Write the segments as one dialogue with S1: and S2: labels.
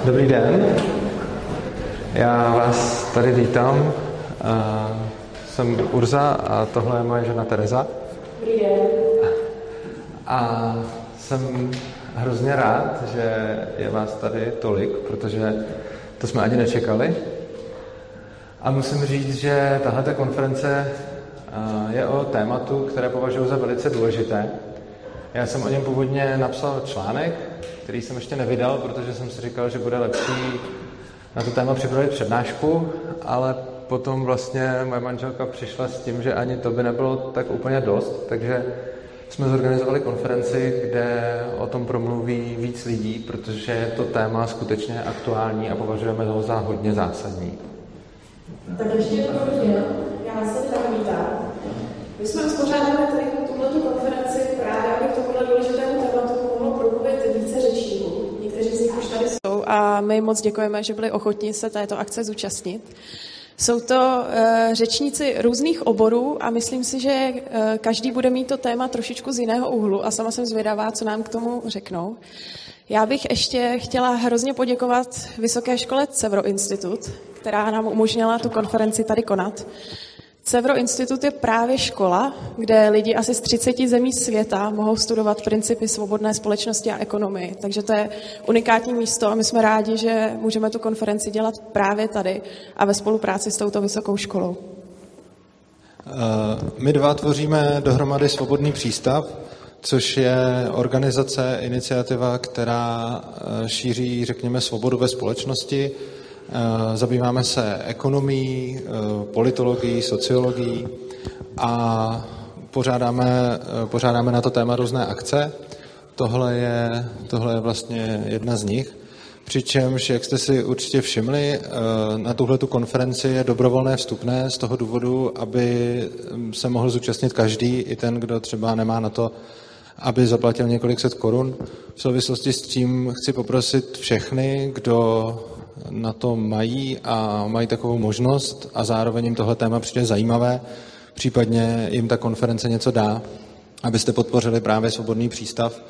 S1: Dobrý den, já vás tady vítám. Jsem Urza a tohle je moje žena Tereza.
S2: Dobrý den.
S1: A jsem hrozně rád, že je vás tady tolik, protože to jsme ani nečekali. A musím říct, že tahle konference je o tématu, které považuji za velice důležité. Já jsem o něm původně napsal článek, který jsem ještě nevydal, protože jsem si říkal, že bude lepší na to téma připravit přednášku, ale potom vlastně moje manželka přišla s tím, že ani to by nebylo tak úplně dost, takže jsme zorganizovali konferenci, kde o tom promluví víc lidí, protože je to téma skutečně aktuální a považujeme ho za hodně zásadní.
S2: Tak ještě jednou den, já vás tady tam vítám. My jsme uspořádali tady tuhletu konferenci právě, aby k tomuhle důležitému tématu mohlo promluvit více řečníků. Někteří z nich už tady jsou a my moc děkujeme, že byli ochotní se této akce zúčastnit. Jsou to řečníci různých oborů a myslím si, že každý bude mít to téma trošičku z jiného úhlu a sama jsem zvědavá, co nám k tomu řeknou. Já bych ještě chtěla hrozně poděkovat Vysoké škole Cevro Institut, která nám umožnila tu konferenci tady konat. Cevro Institut je právě škola, kde lidi asi z 30 zemí světa mohou studovat principy svobodné společnosti a ekonomii. Takže to je unikátní místo a my jsme rádi, že můžeme tu konferenci dělat právě tady a ve spolupráci s touto vysokou školou.
S3: My dva tvoříme dohromady Svobodný přístav, což je organizace, iniciativa, která šíří, řekněme, svobodu ve společnosti. Zabýváme se ekonomií, politologií, sociologií a pořádáme na to téma různé akce. Tohle je vlastně jedna z nich. Přičemž, jak jste si určitě všimli, na tuhletu konferenci je dobrovolné vstupné z toho důvodu, aby se mohl zúčastnit každý, i ten, kdo třeba nemá na to, aby zaplatil několik set korun. V souvislosti s tím chci poprosit všechny, kdo na to mají a mají takovou možnost a zároveň jim tohle téma přijde zajímavé, případně jim ta konference něco dá, abyste podpořili právě Svobodný přístav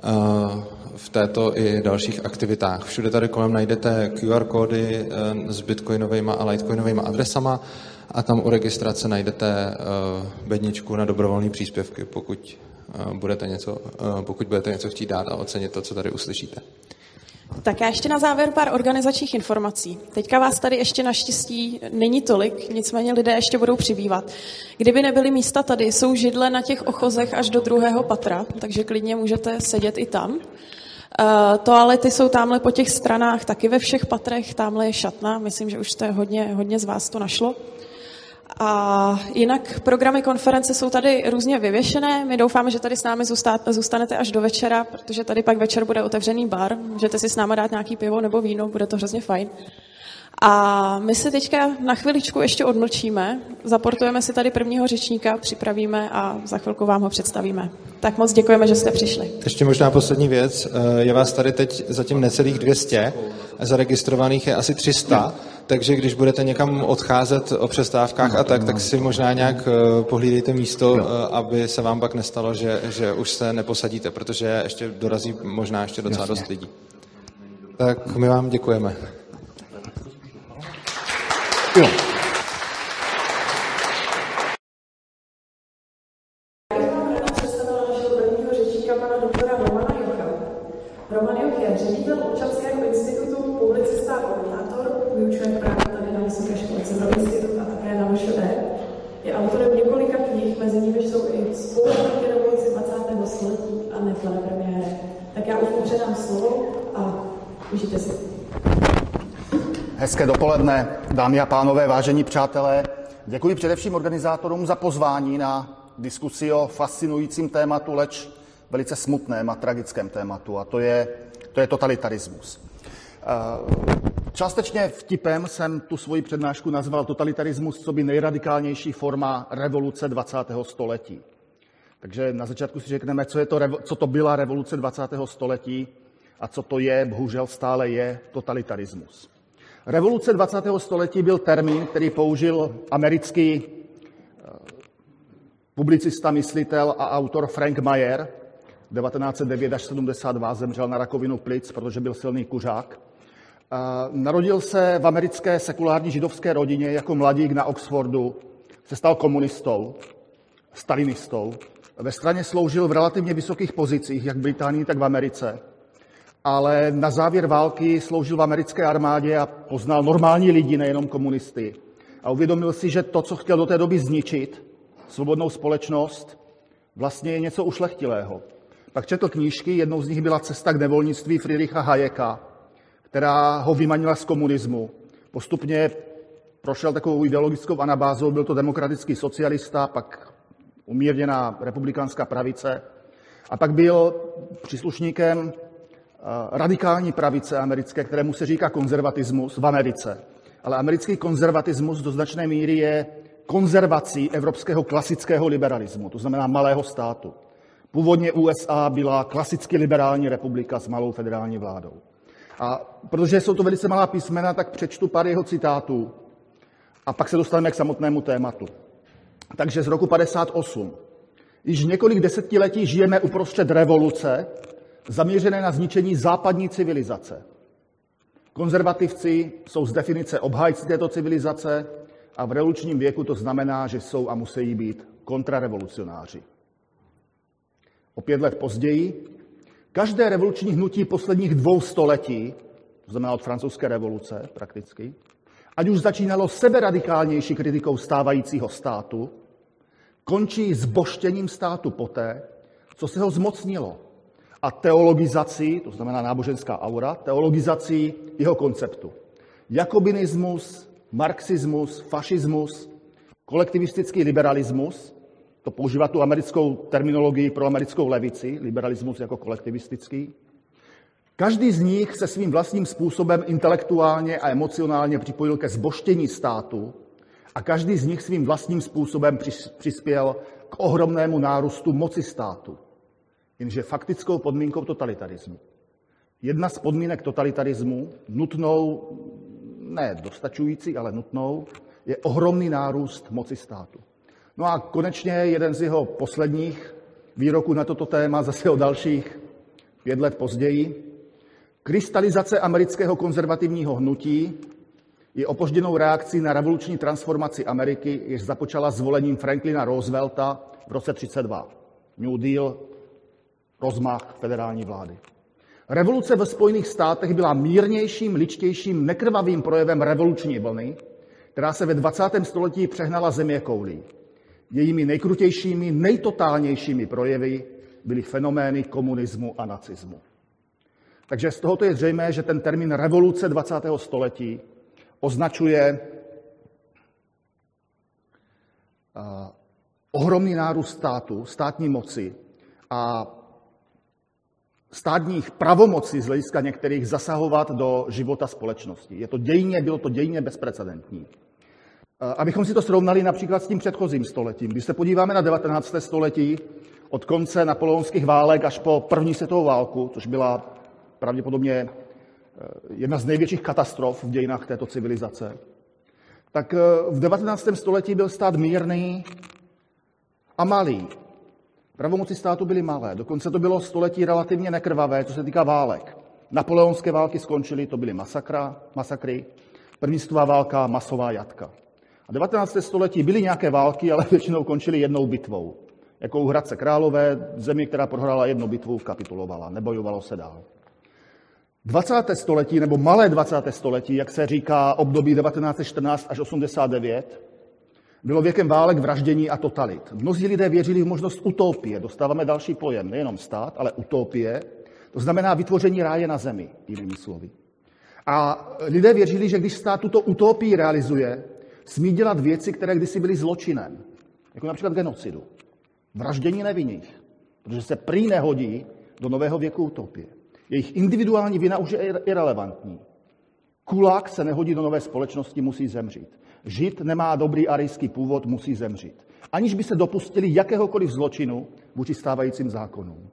S3: v této i dalších aktivitách. Všude tady kolem najdete QR kódy s bitcoinovými a litecoinovými adresama a tam u registrace najdete bedničku na dobrovolné příspěvky, pokud budete něco chtít dát a ocenit to, co tady uslyšíte.
S2: Tak já ještě na závěr pár organizačních informací. Teďka vás tady ještě naštěstí není tolik, nicméně lidé ještě budou přibývat. Kdyby nebyly místa tady, jsou židle na těch ochozech až do 2. patra, takže klidně můžete sedět i tam. Toalety jsou tamhle po těch stranách taky ve všech patrech, tamhle je šatna, myslím, že už to je hodně z vás to našlo. A jinak programy konference jsou tady různě vyvěšené. My doufáme, že tady s námi zůstanete až do večera, protože tady pak večer bude otevřený bar. Můžete si s námi dát nějaký pivo nebo víno, bude to hrozně fajn. A my si teďka na chviličku ještě odmlčíme, zaportujeme si tady prvního řečníka, připravíme a za chvilku vám ho představíme. Tak moc děkujeme, že jste přišli.
S3: Ještě možná poslední věc. Je vás tady teď zatím necelých 200, zaregistrovaných je asi 300, takže když budete někam odcházet o přestávkách a tak si možná nějak pohlídejte místo, aby se vám pak nestalo, že už se neposadíte, protože ještě dorazí možná ještě docela dost lidí. Tak my vám děkujeme.
S2: Jo. Roman Jok je ředitel Občanského institutu, publicista a koordinátor, vyučuje právě tady na Vysoké škole Cevro Institut a také na VŠE. Je autorem několika knih, mezi nimi jsou i Spolu proti revoluci 20. století a Netlé premiéry. Tak já už mu předám slovo a užijte si.
S4: Hezké dopoledne, dámy a pánové, vážení přátelé. Děkuji především organizátorům za pozvání na diskusi o fascinujícím tématu, leč velice smutném a tragickém tématu, a to je totalitarismus. Částečně vtipem jsem tu svoji přednášku nazval totalitarismus co by nejradikálnější forma revoluce 20. století. Takže na začátku si řekneme, co to byla revoluce 20. století a co to je, bohužel stále je, totalitarismus. Revoluce 20. století byl termín, který použil americký publicista, myslitel a autor Frank Meyer. 1909 až 72 zemřel na rakovinu plic, protože byl silný kuřák. Narodil se v americké sekulární židovské rodině jako mladík na Oxfordu, se stal komunistou, stalinistou. Ve straně sloužil v relativně vysokých pozicích, jak v Británii, tak v Americe. Ale na závěr války sloužil v americké armádě a poznal normální lidi, nejenom komunisty. A uvědomil si, že to, co chtěl do té doby zničit, svobodnou společnost, vlastně je něco ušlechtilého. Pak četl knížky, jednou z nich byla Cesta k nevolnictví Friedricha Hayeka, která ho vymanila z komunismu. Postupně prošel takovou ideologickou anabázou, byl to demokratický socialista, pak umírněná republikánská pravice a pak byl příslušníkem radikální pravice americké, kterému se říká konzervatismus v Americe. Ale americký konzervatismus do značné míry je konzervací evropského klasického liberalismu, to znamená malého státu. Původně USA byla klasicky liberální republika s malou federální vládou. A protože jsou to velice malá písmena, tak přečtu pár jeho citátů a pak se dostaneme k samotnému tématu. Takže z roku 58. Již několik desetiletí žijeme uprostřed revoluce, zaměřené na zničení západní civilizace. Konzervativci jsou z definice obhájci této civilizace a v revolučním věku to znamená, že jsou a musí být kontrarevolucionáři. O 5 let později každé revoluční hnutí posledních 2 století, to znamená od francouzské revoluce prakticky, ať už začínalo seberadikálnější kritikou stávajícího státu, končí zbožtěním státu poté, co se ho zmocnilo, a teologizací, to znamená náboženská aura, teologizací jeho konceptu. Jakobinismus, marxismus, fašismus, kolektivistický liberalismus, to používá tu americkou terminologii pro americkou levici, liberalismus jako kolektivistický. Každý z nich se svým vlastním způsobem intelektuálně a emocionálně připojil ke zbožtění státu a každý z nich svým vlastním způsobem přispěl k ohromnému nárůstu moci státu. Jenže faktickou podmínkou totalitarismu. Jedna z podmínek totalitarismu, nutnou, ne dostačující, ale nutnou, je ohromný nárůst moci státu. No a konečně jeden z jeho posledních výroků na toto téma, zase o dalších 5 let později. Krystalizace amerického konzervativního hnutí je opožděnou reakcí na revoluční transformaci Ameriky, jež započala zvolením Franklina Roosevelta v roce 1932. New Deal, rozmach federální vlády. Revoluce ve Spojených státech byla mírnějším, ličtějším, nekrvavým projevem revoluční vlny, která se ve 20. století přehnala zeměkoulí. Jejími nejkrutějšími, nejtotálnějšími projevy byly fenomény komunismu a nacismu. Takže z tohoto je zřejmé, že ten termín revoluce 20. století označuje ohromný nárůst státu, státní moci a státních pravomocí z hlediska některých zasahovat do života společnosti. Bylo to dějně bezprecedentní. Abychom si to srovnali například s tím předchozím stoletím. Když se podíváme na 19. století, od konce napoleonských válek až po první světovou válku, což byla pravděpodobně jedna z největších katastrof v dějinách této civilizace, tak v 19. století byl stát mírný a malý. Pravomoci státu byly malé, dokonce to bylo století relativně nekrvavé, co se týká válek. Napoleonské války skončily, to byly masakry, první světová válka, masová jatka. A 19. století byly nějaké války, ale většinou končily jednou bitvou. Jako u Hradce Králové, zemi, která prohrála jednu bitvu, kapitulovala, nebojovalo se dál. 20. století, nebo malé 20. století, jak se říká období 1914 až 89, bylo věkem válek, vraždění a totalit. Mnozí lidé věřili v možnost utopie. Dostáváme další pojem, nejenom stát, ale utopie. To znamená vytvoření ráje na zemi, jinými slovy. A lidé věřili, že když stát tuto utopii realizuje, smí dělat věci, které kdysi byly zločinem. Jako například genocidu. Vraždění nevinných. Protože se prý nehodí do nového věku utopie. Jejich individuální vina už je irelevantní. Kulák se nehodí do nové společnosti, musí zemřít. Žid nemá dobrý arijský původ, musí zemřít. Aniž by se dopustili jakéhokoliv zločinu vůči stávajícím zákonům.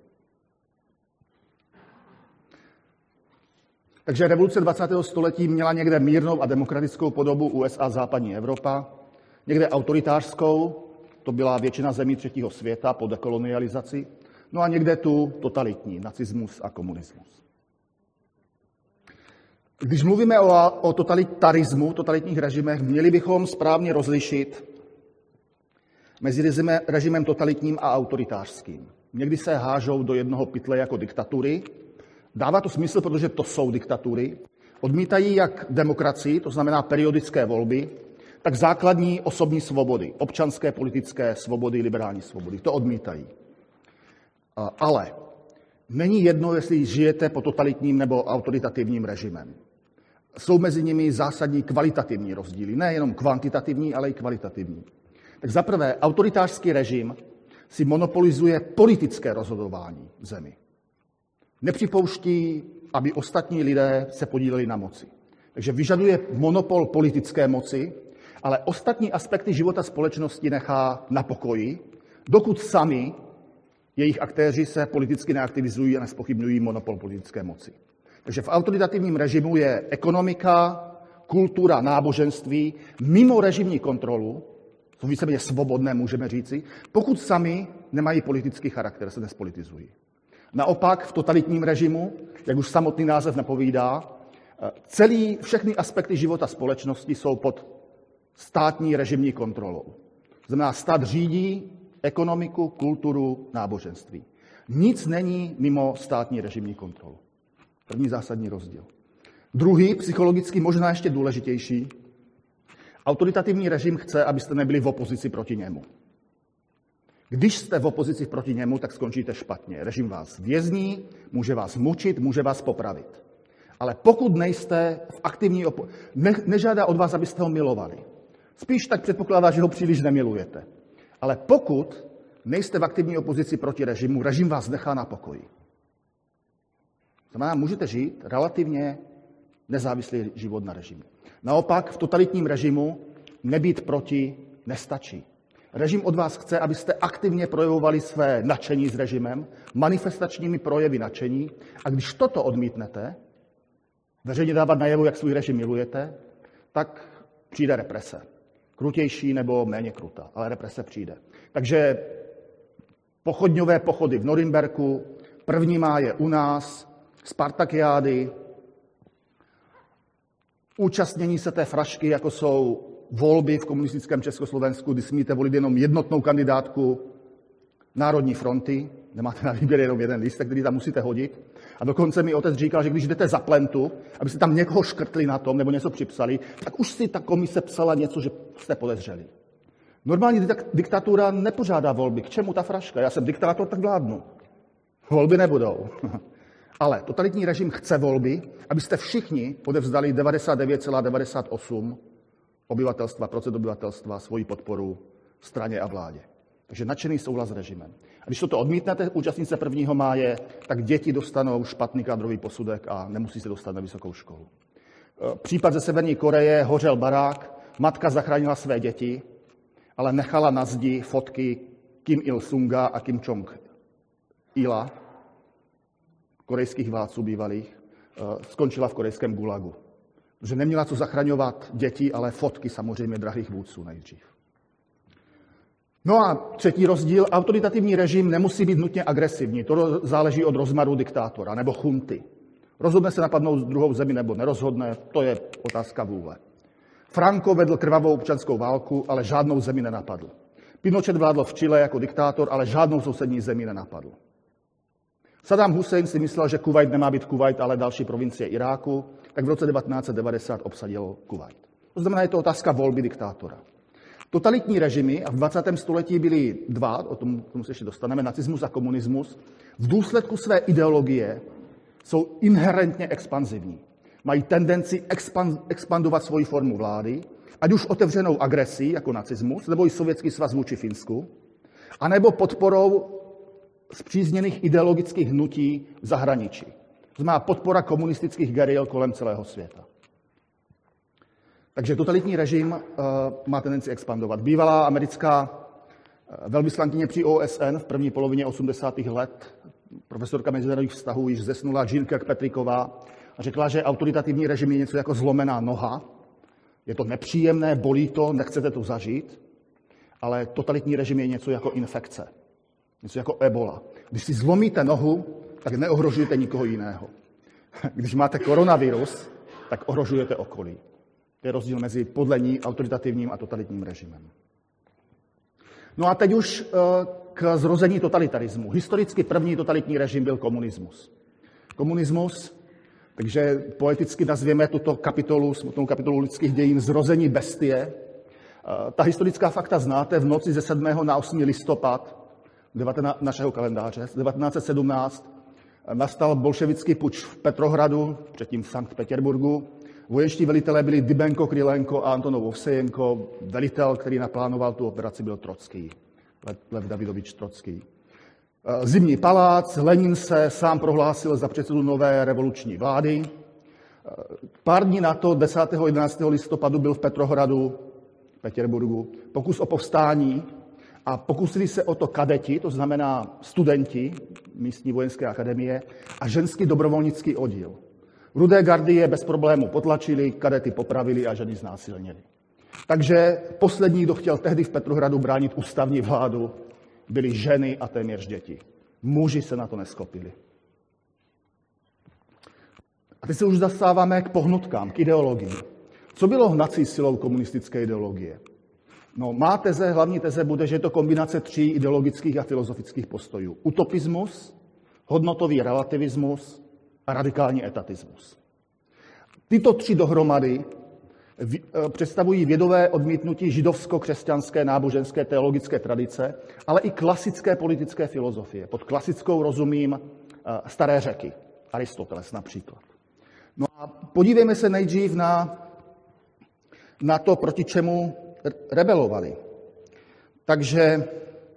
S4: Takže revoluce 20. století měla někde mírnou a demokratickou podobu USA, západní Evropa, někde autoritářskou, to byla většina zemí třetího světa po dekolonializaci, no a někde tu totalitní, nacismus a komunismus. Když mluvíme o totalitarismu, totalitních režimech, měli bychom správně rozlišit mezi režimem totalitním a autoritářským. Někdy se hážou do jednoho pytle jako diktatury. Dává to smysl, protože to jsou diktatury. Odmítají jak demokracii, to znamená periodické volby, tak základní osobní svobody, občanské, politické svobody, liberální svobody. To odmítají. Ale není jedno, jestli žijete pod totalitním nebo autoritativním režimem. Jsou mezi nimi zásadní kvalitativní rozdíly. Nejenom kvantitativní, ale i kvalitativní. Tak zaprvé, autoritářský režim si monopolizuje politické rozhodování v zemi. Nepřipouští, aby ostatní lidé se podíleli na moci. Takže vyžaduje monopol politické moci, ale ostatní aspekty života společnosti nechá na pokoji, dokud sami jejich aktéři se politicky neaktivizují a nespochybňují monopol politické moci. Takže v autoritativním režimu je ekonomika, kultura, náboženství mimo režimní kontrolu, co víceméně svobodné, můžeme říci, pokud sami nemají politický charakter, se nespolitizují. Naopak v totalitním režimu, jak už samotný název napovídá, všechny aspekty života společnosti jsou pod státní režimní kontrolou. To znamená, stát řídí ekonomiku, kulturu, náboženství. Nic není mimo státní režimní kontrolu. První zásadní rozdíl. Druhý, psychologicky možná ještě důležitější, autoritativní režim chce, abyste nebyli v opozici proti němu. Když jste v opozici proti němu, tak skončíte špatně. Režim vás vězní, může vás mučit, může vás popravit. Ale pokud nejste v aktivní nežádá od vás, abyste ho milovali. Spíš tak předpokládá, že ho příliš nemilujete. Ale pokud nejste v aktivní opozici proti režimu, režim vás nechá na pokoji. Znamená, můžete žít relativně nezávislý život na režimu. Naopak v totalitním režimu nebýt proti nestačí. Režim od vás chce, abyste aktivně projevovali své nadšení s režimem, manifestačními projevy nadšení, a když toto odmítnete, veřejně dávat najevo, jak svůj režim milujete, tak přijde represe. Krutější nebo méně krutá, ale represe přijde. Takže pochodňové pochody v Norimberku, 1. máje u nás, Spartakiády, účastnění se té frašky, jako jsou volby v komunistickém Československu, kdy smíte volit jenom jednotnou kandidátku Národní fronty, nemáte na výběr jenom jeden lístek, který tam musíte hodit. A dokonce mi otec říkal, že když jdete za plentu, abyste tam někoho škrtli na tom nebo něco připsali, tak už si ta komise psala něco, že jste podezřeli. Normální diktatura nepožádá volby. K čemu ta fraška? Já jsem diktátor, tak vládnu. Volby nebudou. Ale totalitní režim chce volby, abyste všichni odevzdali 99,98% obyvatelstva svoji podporu straně a vládě. Takže nadšený souhlas s režimem. A když toto odmítnete, účastnice 1. máje, tak děti dostanou špatný kádrový posudek a nemusí se dostat na vysokou školu. Případ ze Severní Koreje, hořel barák, matka zachránila své děti, ale nechala na zdi fotky Kim Il-sunga a Kim Jong-ila, korejských vládců bývalých, skončila v korejském gulagu. Protože neměla co zachraňovat děti, ale fotky samozřejmě drahých vůdců nejdřív. No a třetí rozdíl, autoritativní režim nemusí být nutně agresivní. To záleží od rozmaru diktátora nebo chunty. Rozhodne se napadnout druhou zemi nebo nerozhodne, to je otázka vůle. Franco vedl krvavou občanskou válku, ale žádnou zemi nenapadl. Pinochet vládl v Chile jako diktátor, ale žádnou sousední zemi nenapadl. Saddam Hussein si myslel, že Kuvajt nemá být Kuvajt, ale další provincie Iráku, tak v roce 1990 obsadil Kuvajt. To znamená, je to otázka volby diktátora. Totalitní režimy, a v 20. století byly dva, o tom se ještě dostaneme, nacismus a komunismus, v důsledku své ideologie jsou inherentně expanzivní. Mají tendenci expandovat svoji formu vlády, ať už otevřenou agresí, jako nacismus, nebo i Sovětský svaz vůči Finsku, anebo podporou spřízněných ideologických hnutí v zahraničí. To znamená podpora komunistických geril kolem celého světa. Takže totalitní režim má tendenci expandovat. Bývalá americká velvyslankyně při OSN v první polovině 80. let, profesorka mezinárodních vztahů, již zesnula Jean Kirkpatricková, a řekla, že autoritativní režim je něco jako zlomená noha. Je to nepříjemné, bolí to, nechcete to zažít, ale totalitní režim je něco jako infekce. Něco jako ebola. Když si zlomíte nohu, tak neohrožujete nikoho jiného. Když máte koronavirus, tak ohrožujete okolí. To je rozdíl mezi podle ní autoritativním a totalitním režimem. No a teď už k zrození totalitarismu. Historicky první totalitní režim byl komunismus. Komunismus, takže poeticky nazvěme tuto kapitolu, smutnou kapitolu lidských dějin, zrození bestie. Ta historická fakta znáte. V noci ze 7. na 8. listopad našeho kalendáře 1917 nastal bolševický puč v Petrohradu, předtím v Sankt Petěrburgu. Vojenští velitelé byli Dybenko, Krylenko a Antonov Ovsejenko. Velitel, který naplánoval tu operaci, byl Trocký, Lev Davidovič Trocký. Zimní palác, Lenin se sám prohlásil za předsedu nové revoluční vlády. Pár dní na to, 10. 11. listopadu, byl v Petrohradu, Petěrburgu, pokus o povstání a pokusili se o to kadeti, to znamená studenti místní vojenské akademie a ženský dobrovolnický oddíl. Rudé gardy je bez problému potlačili, kadety popravili a ženy znásilnili. Takže poslední, kdo chtěl tehdy v Petrohradu bránit ústavní vládu, byly ženy a téměř děti. Muži se na to neskopili. A teď se už zastáváme k pohnutkám, k ideologii. Co bylo hnací silou komunistické ideologie? No, má teze, hlavní teze bude, že je to kombinace 3 ideologických a filozofických postojů. Utopismus, hodnotový relativismus a radikální etatismus. Tyto 3 dohromady představují vědové odmítnutí židovsko-křesťanské náboženské teologické tradice, ale i klasické politické filozofie. Pod klasickou rozumím staré Řeky, Aristoteles například. No a podívejme se nejdřív na to, proti čemu rebelovali. Takže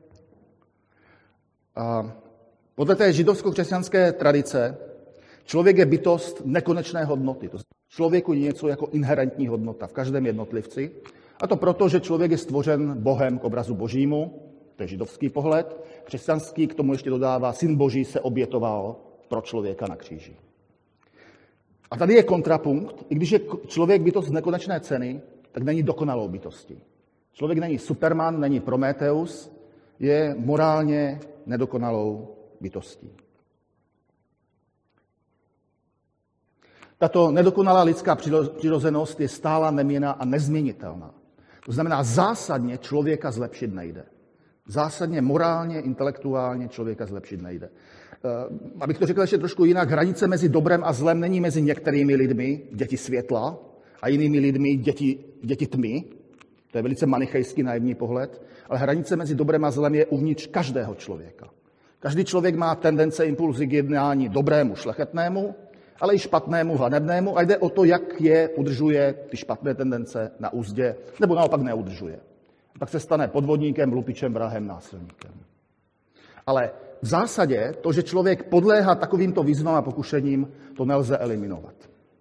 S4: podle té židovsko-křesťanské tradice člověk je bytost nekonečné hodnoty. Člověku je něco jako inherentní hodnota v každém jednotlivci. A to proto, že člověk je stvořen Bohem k obrazu Božímu, to je židovský pohled. Křesťanský k tomu ještě dodává, Syn Boží se obětoval pro člověka na kříži. A tady je kontrapunkt. I když je člověk bytost nekonečné ceny, tak není dokonalou bytostí. Člověk není Superman, není Prometeus, je morálně nedokonalou bytostí. Tato nedokonalá lidská přirozenost je stála, neměnná a nezměnitelná. To znamená, zásadně člověka zlepšit nejde. Zásadně morálně, intelektuálně člověka zlepšit nejde. Abych to řekl ještě trošku jinak, hranice mezi dobrem a zlem není mezi některými lidmi, děti světla, a jinými lidmi, děti tmy. To je velice manichejský naivní pohled. Ale hranice mezi dobrem a zlem je uvnitř každého člověka. Každý člověk má tendence, impulzy k jednání dobrému, šlechetnému, ale i špatnému, hanebnému a jde o to, jak je udržuje ty špatné tendence na úzdě, nebo naopak neudržuje. Pak se stane podvodníkem, lupičem, vrahem, násilníkem. Ale v zásadě to, že člověk podléhá takovýmto výzvám a pokušením, to nelze eliminovat.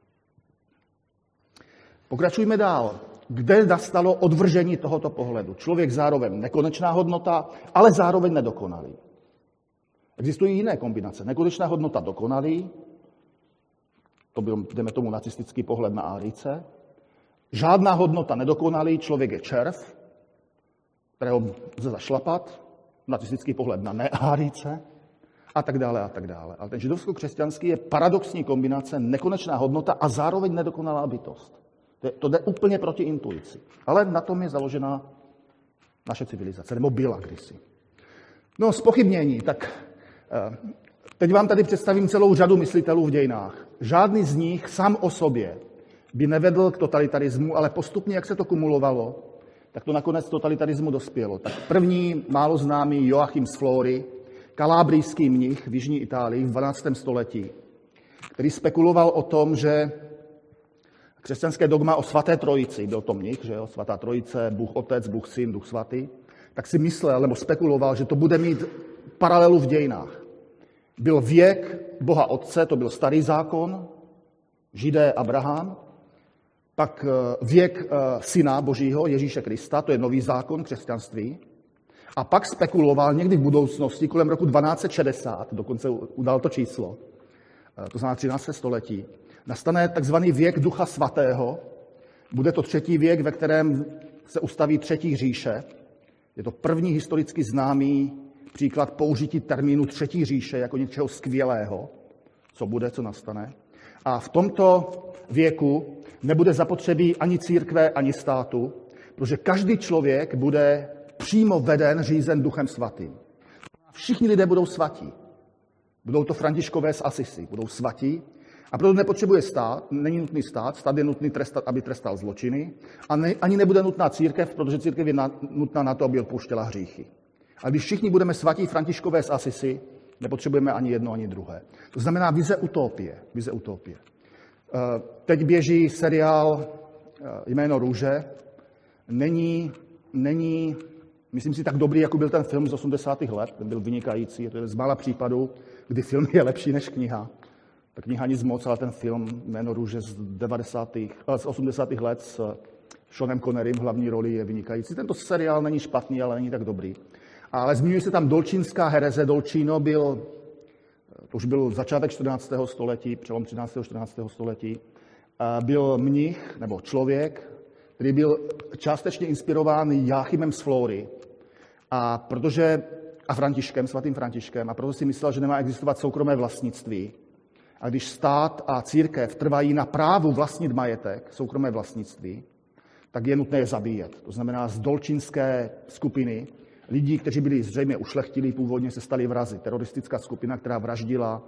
S4: Pokračujme dál. Kde nastalo odvržení tohoto pohledu? Člověk zároveň nekonečná hodnota, ale zároveň nedokonalý. Existují jiné kombinace. Nekonečná hodnota dokonalý, to byl, jdeme tomu, nacistický pohled na árijce. Žádná hodnota nedokonalý, člověk je červ, kterého lze zašlapat, nacistický pohled na neárijce a tak dále a tak dále. Ale ten židovsko-křesťanský je paradoxní kombinace nekonečná hodnota a zároveň nedokonalá bytost. To jde úplně proti intuici. Ale na tom je založena naše civilizace, nebo byla kdysi. No, zpochybnění, tak teď vám tady představím celou řadu myslitelů v dějinách. Žádný z nich sám o sobě by nevedl k totalitarismu, ale postupně, jak se to kumulovalo, tak to nakonec totalitarismu dospělo. Tak první málo známý Joachim z Flory, kalábrijský mnich v jižní Itálii v 12. století, který spekuloval o tom, že křesťanské dogma o svaté trojici, byl to mnich, že jo, svatá trojice, Bůh Otec, Bůh Syn, Duch Svatý, tak si myslel, nebo spekuloval, že to bude mít paralelu v dějinách. Byl věk Boha Otce, to byl starý zákon, Židé Abraham, pak věk Syna Božího, Ježíše Krista, to je nový zákon křesťanství, a pak spekuloval někdy v budoucnosti, kolem roku 1260, dokonce udal to číslo, to znamená 13. století, nastane takzvaný věk Ducha Svatého, bude to 3. věk, ve kterém se ustaví 3. říše, je to první historicky známý příklad použití termínu 3. říše jako něčeho skvělého, co bude, co nastane. A v tomto věku nebude zapotřebí ani církve, ani státu, protože každý člověk bude přímo veden, řízen Duchem Svatým. Všichni lidé budou svatí. Budou to Františkové z Asisi, budou svatí. A proto nepotřebuje stát, není nutný stát je nutný trestat, aby trestal zločiny. A ani nebude nutná církev, protože církev je nutná na to, aby odpouštěla hříchy. A když všichni budeme svatí Františkové z Asisi, nepotřebujeme ani jedno, ani druhé. To znamená vize utopie. Teď běží seriál Jméno růže. Není, myslím si, tak dobrý, jako byl ten film z 80. let. Ten byl vynikající. Je to z mála případů, kdy film je lepší než kniha. Ta kniha nic moc, ale ten film Jméno růže z 80. let s Seanem Connerym v hlavní roli je vynikající. Tento seriál není špatný, ale není tak dobrý. Ale zmiňuje se tam dolčínská hereze. Dolčíno to už byl začátek 14. století, přelom 13. a 14. století. Byl mnich nebo člověk, který byl částečně inspirován Jáchymem z Flóry a Františkem, svatým Františkem, a proto si myslel, že nemá existovat soukromé vlastnictví. A když stát a církev trvají na právu vlastnit majetek, soukromé vlastnictví, tak je nutné je zabíjet. To znamená, z dolčínské skupiny lidí, kteří byli zřejmě ušlechtilí, původně se stali vrazi. Teroristická skupina, která vraždila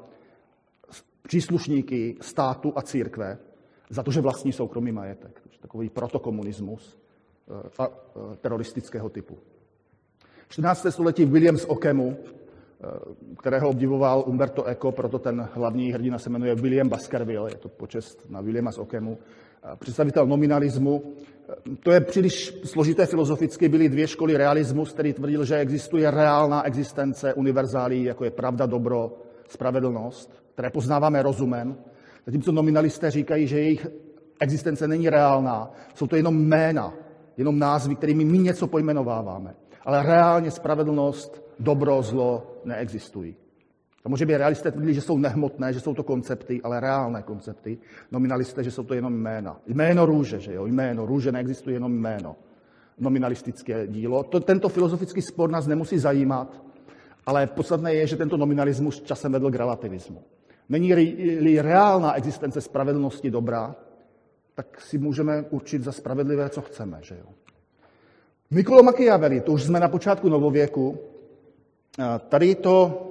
S4: příslušníky státu a církve za to, že vlastní soukromý majetek. Takový protokomunismus teroristického typu. 14. století William z Ockhemu, kterého obdivoval Umberto Eco, proto ten hlavní hrdina se jmenuje William Baskerville, je to počest na Williama z Ockhemu, představitel nominalismu. To je příliš složité filozoficky, byly dvě školy realismus, který tvrdil, že existuje reálná existence univerzálí, jako je pravda, dobro, spravedlnost, které poznáváme rozumem, zatímco nominalisté říkají, že jejich existence není reálná, jsou to jenom jména, jenom názvy, kterými my něco pojmenováváme. Ale reálně spravedlnost, dobro, zlo neexistují. Samozřejmě realisté tvrdili, že jsou nehmotné, že jsou to koncepty, ale reálné koncepty. Nominalisté, že jsou to jenom jména. Jméno růže, že jo? Jméno růže, neexistuje jenom jméno. Nominalistické dílo. Tento filozofický spor nás nemusí zajímat, ale podstatné je, že tento nominalismus časem vedl k relativismu. Není-li reálná existence spravedlnosti dobra, tak si můžeme určit za spravedlivé, co chceme, že jo? Niccolo Machiavelli, to už jsme na počátku novověku, tady to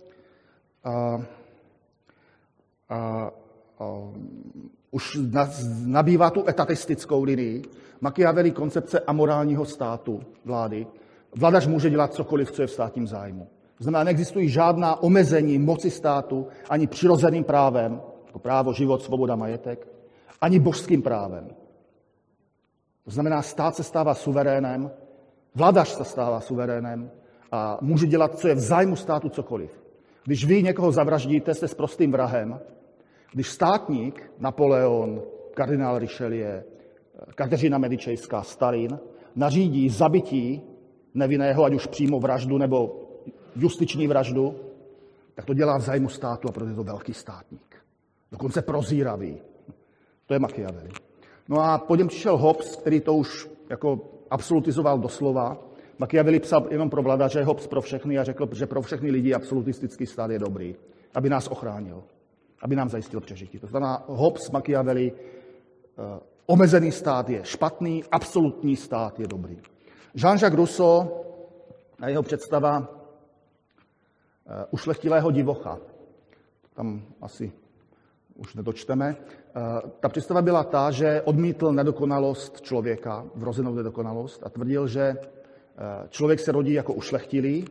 S4: už nabývá tu etatistickou linii. Machiavelli koncepce amorálního státu, vlády. Vládař může dělat cokoliv, co je v státním zájmu. To znamená, neexistují žádná omezení moci státu ani přirozeným právem, jako právo, život, svoboda, majetek, ani božským právem. To znamená, stát se stává suverénem, vládař se stává suverénem a může dělat, co je v zájmu státu, cokoliv. Když vy někoho zavraždíte, jste s prostým vrahem. Když státník, Napoleon, kardinál Richelieu, Kateřina Medičejská, Stalin, nařídí zabití nevinného, ať už přímo vraždu nebo justiční vraždu, tak to dělá v zájmu státu a proto je to velký státník. Dokonce prozíravý. To je Machiavelli. No a po něm přišel Hobbes, který to už jako absolutizoval doslova. Machiavelli psal jenom pro vladaře, Hobbes pro všechny a řekl, že pro všechny lidi absolutistický stát je dobrý, aby nás ochránil, aby nám zajistil přežití. To znamená, Hobbes, Machiavelli, omezený stát je špatný, absolutní stát je dobrý. Jean-Jacques Rousseau a jeho představa ušlechtilého divocha. Tam asi už nedočteme. Ta představa byla ta, že odmítl nedokonalost člověka, vrozenou nedokonalost, a tvrdil, že člověk se rodí jako ušlechtilý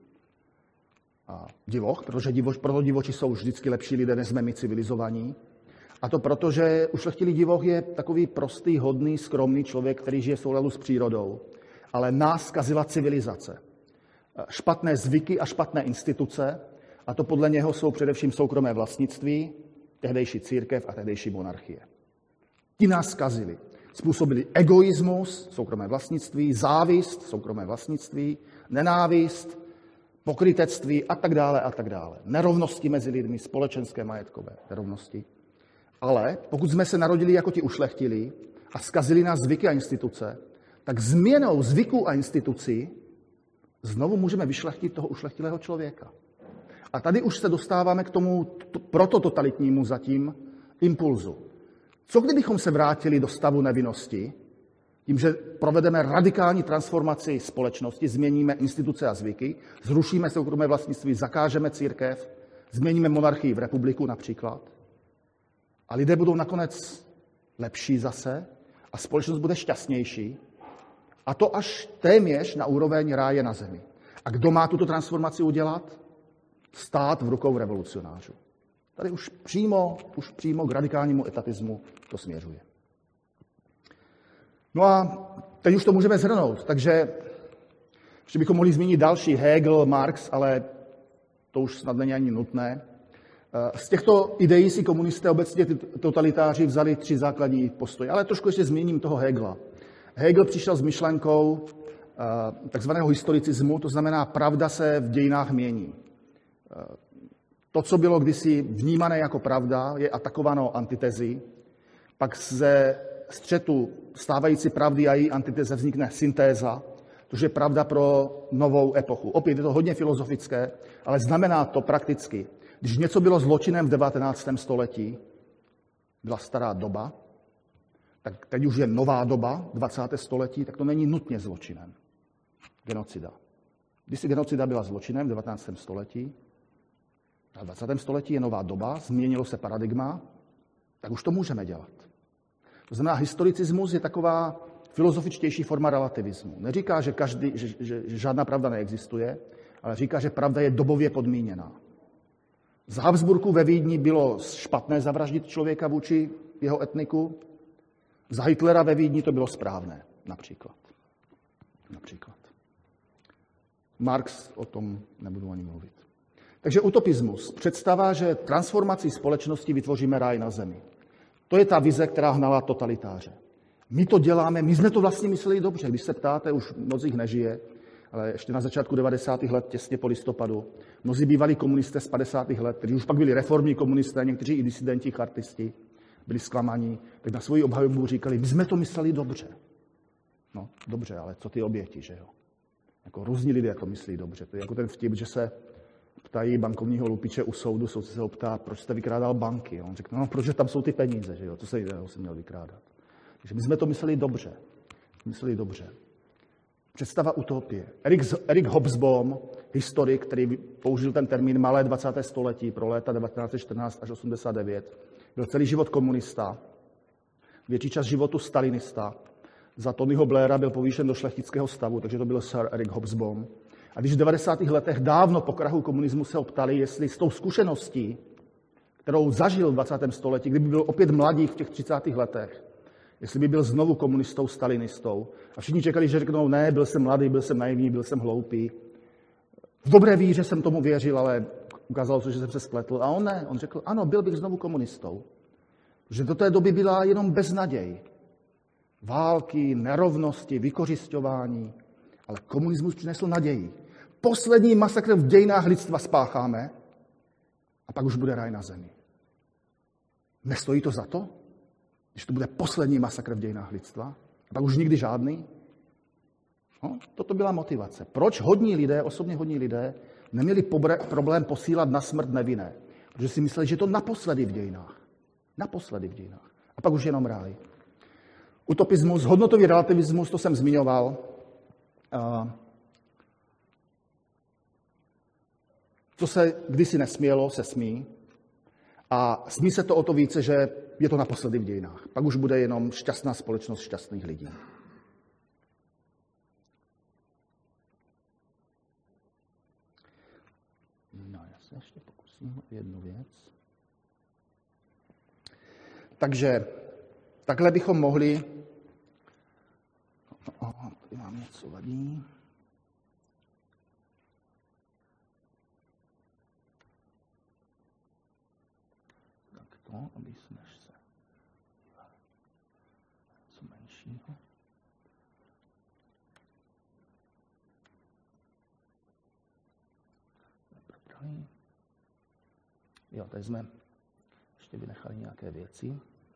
S4: divoch, protože proto divoči jsou vždycky lepší lidé, než jsme my civilizovaní. A to proto, že ušlechtilý divoch je takový prostý, hodný, skromný člověk, který žije v souladu s přírodou. Ale nás zkazila civilizace. Špatné zvyky a špatné instituce, a to podle něho jsou především soukromé vlastnictví, tehdejší církev a tehdejší monarchie. Ti nás zkazili. Způsobili egoismus, soukromé vlastnictví, závist, soukromé vlastnictví, nenávist, pokrytectví a tak dále a tak dále. Nerovnosti mezi lidmi, společenské majetkové nerovnosti. Ale pokud jsme se narodili jako ti ušlechtilí a zkazili nás zvyky a instituce, tak změnou zvyků a institucí znovu můžeme vyšlechtit toho ušlechtilého člověka. A tady už se dostáváme k tomu protototalitnímu zatím impulzu. Co kdybychom se vrátili do stavu nevinnosti, tím, že provedeme radikální transformaci společnosti, změníme instituce a zvyky, zrušíme soukromé vlastnictví, zakážeme církev, změníme monarchii v republiku například. A lidé budou nakonec lepší zase a společnost bude šťastnější. A to až téměř na úroveň ráje na zemi. A kdo má tuto transformaci udělat? Stát v rukou revolucionářů. Tady už přímo k radikálnímu etatismu to směřuje. No a teď už to můžeme shrnout, takže ještě bychom mohli zmínit další, Hegel, Marx, ale to už snad není ani nutné. Z těchto ideí si komunisté obecně totalitáři vzali 3 základní postoje, ale trošku ještě zmíním toho Hegela. Hegel přišel s myšlenkou takzvaného historicismu, to znamená, pravda se v dějinách mění. To, co bylo kdysi vnímané jako pravda, je atakováno antitezí, pak ze střetu stávající pravdy a její antiteze vznikne syntéza, což je pravda pro novou epochu. Opět je to hodně filozofické, ale znamená to prakticky. Když něco bylo zločinem v 19. století, byla stará doba, tak teď už je nová doba, 20. století, tak to není nutně zločinem. Genocida. Když si genocida byla zločinem v 19. století, a v 20. století je nová doba, změnilo se paradigma, tak už to můžeme dělat. To znamená, historicismus je taková filozofičtější forma relativismu. Neříká, že žádná pravda neexistuje, ale říká, že pravda je dobově podmíněná. Z Habsburků ve Vídni bylo špatné zavraždit člověka vůči jeho etniku, za Hitlera ve Vídni to bylo správné, například. Marx, o tom nebudu ani mluvit. Takže utopismus, představa, že transformací společnosti vytvoříme ráj na zemi. To je ta vize, která hnala totalitáře. My to děláme, my jsme to vlastně mysleli dobře. Když se ptáte, už moc jich nežije, ale ještě na začátku 90. let, těsně po listopadu, mnozí bývalí komunisté z 50. let, kteří už pak byli reformní komunisté, někteří i disidenti, chartisti, byli zklamaní, tak na svoji obhajobu říkali, my jsme to mysleli dobře. No, dobře, ale co ty oběti, že jo? Jako různí lidé to myslí dobře. To je jako ten vtip, že se ptají bankovního lupiče u soudu, soudce se ho ptá, proč jste vykrádal banky. On řekne, no, protože tam jsou ty peníze, že jo? Co se jiného jsem měl vykrádat. Takže my jsme to mysleli dobře. Představa utopie. Erik Hobsbawm, historik, který použil ten termín malé 20. století pro léta 1914 až 89, byl celý život komunista, větší čas životu stalinista. Za Tonyho Blaira byl povýšen do šlechtického stavu, takže to byl Sir Erik Hobsbawm. A když v 90. letech dávno po krachu komunismu se ho ptali, jestli s tou zkušeností, kterou zažil v 20. století, kdyby byl opět mladý v těch 30. letech, jestli by byl znovu komunistou, stalinistou. A všichni čekali, že řeknou, ne, byl jsem mladý, byl jsem naivní, byl jsem hloupý. V dobré víře jsem tomu věřil, ale ukázalo se, že jsem se spletl. A on ne, on řekl, ano, byl bych znovu komunistou. Protože do té doby byla jenom beznaděj. Války, nerovnosti, vykořisťování. Ale komunismus přinesl naději. Poslední masakr v dějinách lidstva spácháme a pak už bude ráj na zemi. Nestojí to za to? Když to bude poslední masakr v dějinách lidstva, a pak už nikdy žádný? No, toto byla motivace. Proč osobně hodní lidé, neměli problém posílat na smrt nevinné? Protože si mysleli, že to naposledy v dějinách. A pak už jenom ráj. Utopismus, hodnotový relativismus, to jsem zmiňoval. Co se kdysi nesmělo, se smí. A smí se to o to více, že je to naposledy v dějinách. Pak už bude jenom šťastná společnost šťastných lidí. No, já se ještě pokusím jednu věc. Takže takhle bychom mohli... Mám něco vadí. Aby jsme se něco menšího. Probrali. Jo, tady jsme ještě vynechali nějaké věci.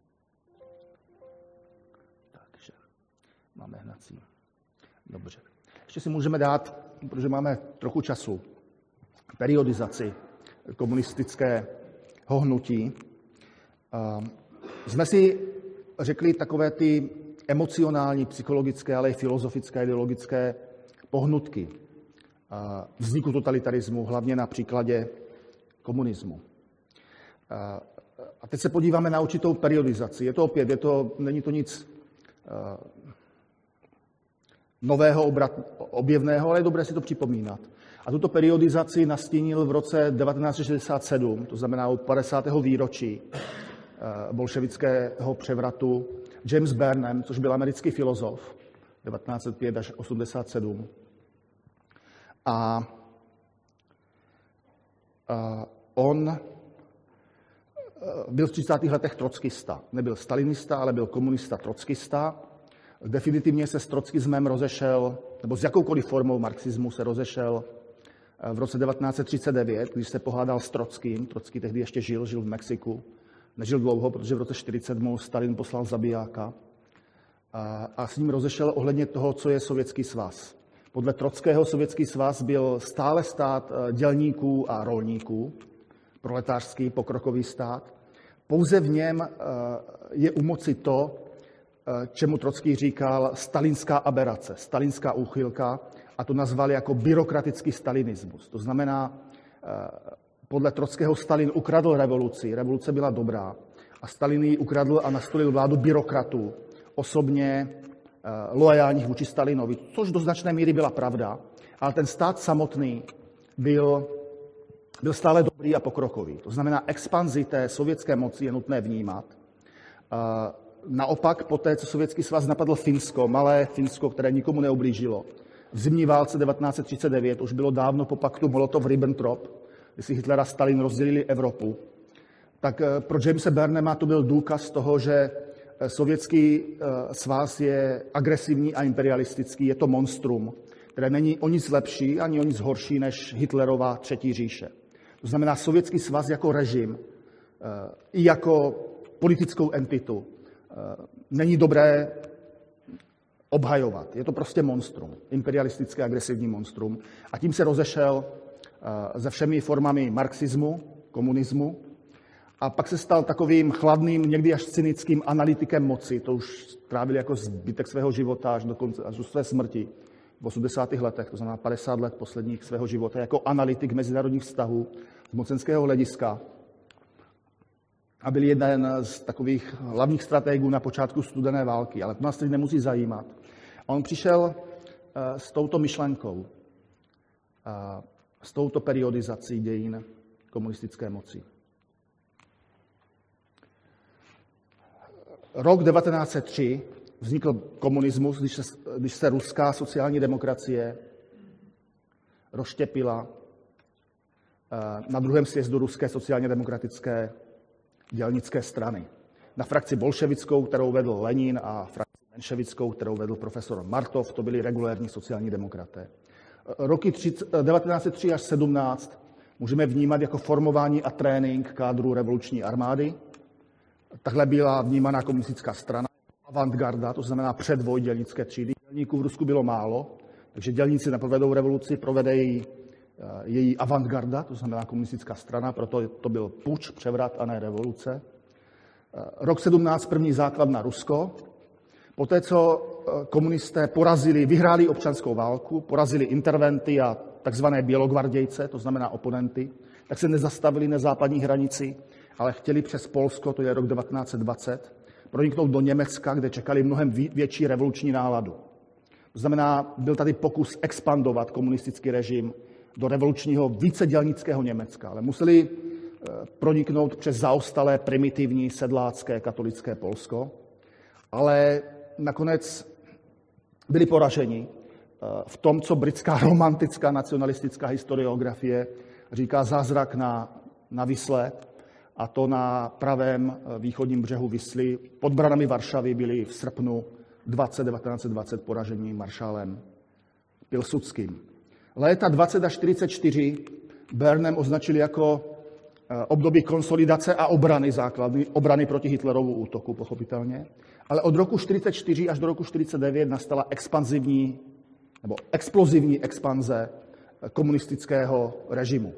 S4: Takže máme hnací. Dobře. Ještě si můžeme dát, protože máme trochu času, periodizaci komunistického hnutí. Jsme si řekli takové ty emocionální, psychologické, ale i filozofické, ideologické pohnutky vzniku totalitarismu, hlavně na příkladě komunismu. A teď se podíváme na určitou periodizaci. Není to nic nového, objevného, ale je dobré si to připomínat. A tuto periodizaci nastínil v roce 1967, to znamená u 50. výročí bolševického převratu, James Burnham, což byl americký filozof, 1905 až 1987. A on byl v 30. letech trockista. Nebyl stalinista, ale byl komunista trockista. Definitivně se s trockismem rozešel, nebo s jakoukoliv formou marxismu se rozešel v roce 1939, když se pohádal s Trockým. Trocký tehdy ještě žil v Mexiku. Nežil dlouho, protože v roce 1940 mu Stalin poslal zabijáka. A s ním rozešel ohledně toho, co je Sovětský svaz. Podle Trockého Sovětský svaz byl stále stát dělníků a rolníků, proletářský pokrokový stát. Pouze v něm je u moci to, čemu Trocký říkal stalinská aberace, stalinská úchylka, a to nazval jako byrokratický stalinismus. To znamená, podle Trockého Stalin ukradl revoluci, revoluce byla dobrá, a Stalin ji ukradl a nastolil vládu byrokratů, osobně loajálních vůči Stalinovi, což do značné míry byla pravda, ale ten stát samotný byl stále dobrý a pokrokový. To znamená, expanzi té sovětské moci je nutné vnímat. Naopak, poté, co Sovětský svaz napadl Finsko, malé Finsko, které nikomu neublížilo, v zimní válce 1939 už bylo dávno po paktu Molotov-Ribbentrop, kdy si Hitler a Stalin rozdělili Evropu, tak pro Jamese Burnhama to byl důkaz toho, že Sovětský svaz je agresivní a imperialistický, je to monstrum, které není o nic lepší ani o nic horší než Hitlerova třetí říše. To znamená, Sovětský svaz jako režim i jako politickou entitu není dobré obhajovat. Je to prostě monstrum, imperialistické agresivní monstrum. A tím se rozešel se všemi formami marxismu, komunismu, a pak se stal takovým chladným, někdy až cynickým analytikem moci. To už strávil jako zbytek svého života až do své smrti v 80. letech, to znamená 50 let posledních svého života, jako analytik mezinárodních vztahů z mocenského hlediska. A byl jeden z takových hlavních strategů na počátku studené války, ale to nás teď nemusí zajímat. A on přišel s touto myšlenkou, s touto periodizací dějin komunistické moci. Rok 1903 vznikl komunismus, když se ruská sociální demokracie rozštěpila na druhém sjezdu ruské sociálně demokratické dělnické strany. Na frakci bolševickou, kterou vedl Lenin, a frakci menševickou, kterou vedl profesor Martov, to byli regulérní sociální demokraté. Roky 1903 až 17 můžeme vnímat jako formování a trénink kádru revoluční armády. Takhle byla vnímaná komunistická strana, avantgarda, to znamená předvoj dělnické třídy. Dělníků v Rusku bylo málo, takže dělníci neprovedou revoluci, provede její avantgarda, to znamená komunistická strana, proto to byl puč, převrat a ne revoluce. Rok 17, první základ na Rusko. Poté, co komunisté vyhráli občanskou válku, porazili interventy a takzvané bělogvardějce, to znamená oponenty, tak se nezastavili na západní hranici, ale chtěli přes Polsko, to je rok 1920, proniknout do Německa, kde čekali mnohem větší revoluční náladu. To znamená, byl tady pokus expandovat komunistický režim do revolučního vícedělnického Německa, ale museli proniknout přes zaostalé, primitivní, sedlácké, katolické Polsko, ale nakonec byli poraženi v tom, co britská romantická nacionalistická historiografie říká zázrak na Visle, a to na pravém východním břehu Visly. Pod branami Varšavy byli v srpnu 1920 poraženi maršálem Pilsudským. Léta 20 až 44 Burnham označili jako období konsolidace a obrany proti Hitlerovu útoku, pochopitelně. Ale od roku 44 až do roku 49 nastala explozivní expanze komunistického režimu.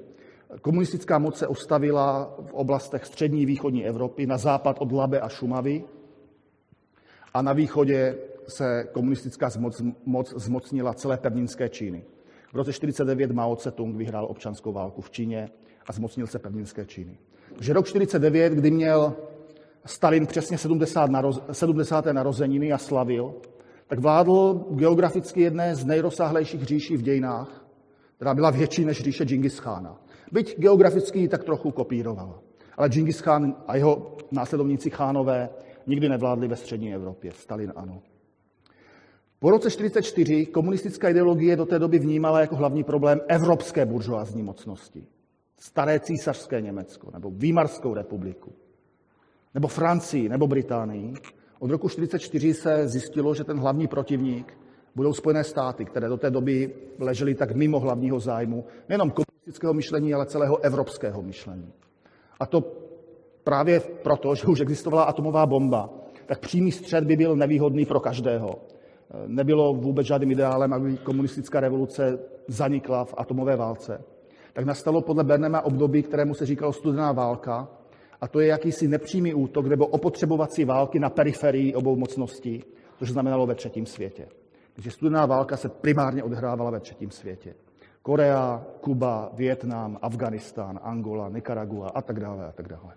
S4: Komunistická moc se ustavila v oblastech střední východní Evropy, na západ od Labe a Šumavy a na východě se komunistická moc zmocnila celé pevninské Číny. V roce 1949 Mao Tse-tung vyhrál občanskou válku v Číně a zmocnil se pevninské Číny. Takže rok 1949, kdy měl Stalin přesně 70. narozeniny a slavil, tak vládl geograficky jedné z nejrozsáhlejších říší v dějinách, která byla větší než říše Džingischána. Byť geograficky ji tak trochu kopírovala. Ale Džingischán a jeho následovníci Chánové nikdy nevládli ve střední Evropě. Stalin ano. Po roce 1944 komunistická ideologie do té doby vnímala jako hlavní problém evropské buržoazní mocnosti. Staré císařské Německo, nebo Výmarskou republiku, nebo Francii, nebo Británii. Od roku 1944 se zjistilo, že ten hlavní protivník budou Spojené státy, které do té doby ležely tak mimo hlavního zájmu nejenom komunistického myšlení, ale celého evropského myšlení. A to právě proto, že už existovala atomová bomba, tak přímý střet by byl nevýhodný pro každého. Nebylo vůbec žádným ideálem, aby komunistická revoluce zanikla v atomové válce. Tak nastalo podle Burnhama období, kterému se říkalo studená válka, a to je jakýsi nepřímý útok nebo opotřebovací války na periferii obou mocností, což znamenalo ve třetím světě. Takže studená válka se primárně odehrávala ve třetím světě. Korea, Kuba, Vietnam, Afghánistán, Angola, Nikaragua a tak dále a tak dále.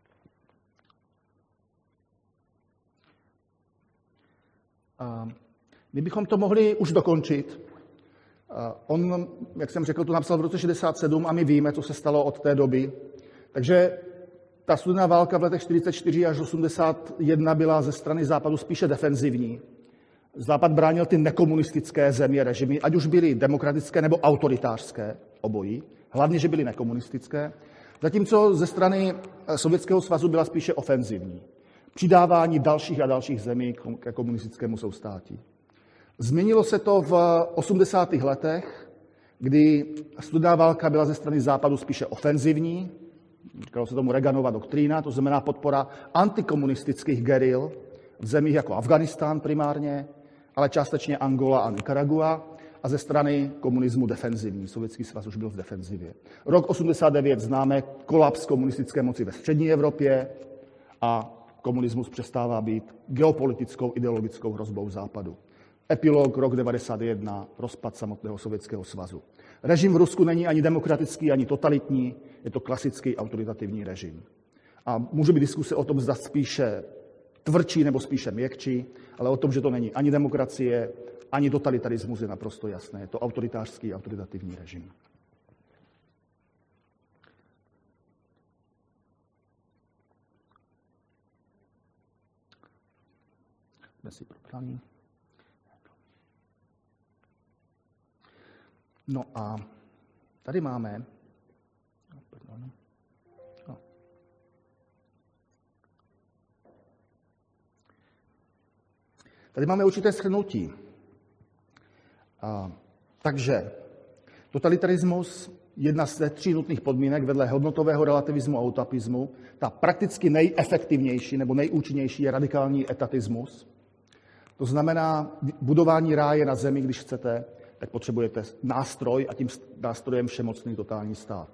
S4: A my bychom to mohli už dokončit. On, jak jsem řekl, to napsal v roce 1967 a my víme, co se stalo od té doby. Takže ta studená válka v letech 1944 až 1981 byla ze strany Západu spíše defenzivní. Západ bránil ty nekomunistické země, režimy, ať už byly demokratické nebo autoritářské, obojí. Hlavně, že byly nekomunistické. Zatímco ze strany Sovětského svazu byla spíše ofenzivní. Přidávání dalších a dalších zemí ke komunistickému soustátí. Změnilo se to v 80. letech, kdy studená válka byla ze strany Západu spíše ofenzivní. Říkalo se tomu Reaganova doktrína, to znamená podpora antikomunistických geril v zemích jako Afghánistán primárně, ale částečně Angola a Nikaragua, a ze strany komunismu defenzivní. Sovětský svaz už byl v defenzivě. Rok 89 známe kolaps komunistické moci ve střední Evropě a komunismus přestává být geopolitickou ideologickou hrozbou Západu. Epilog rok 91, rozpad samotného Sovětského svazu. Režim v Rusku není ani demokratický, ani totalitní, je to klasický autoritativní režim. A může být diskuse o tom, zda spíše tvrdší nebo spíše měkčí, ale o tom, že to není ani demokracie, ani totalitarismus, je naprosto jasné. Je to autoritářský, autoritativní režim. Jsme si probrali. No a tady máme... Tady máme určité shrnutí. Takže totalitarismus, jedna z 3 nutných podmínek vedle hodnotového relativismu a utopismu, ta prakticky nejefektivnější nebo nejúčinnější je radikální etatismus. To znamená budování ráje na zemi, když chcete, tak potřebujete nástroj a tím nástrojem všemocný totální stát.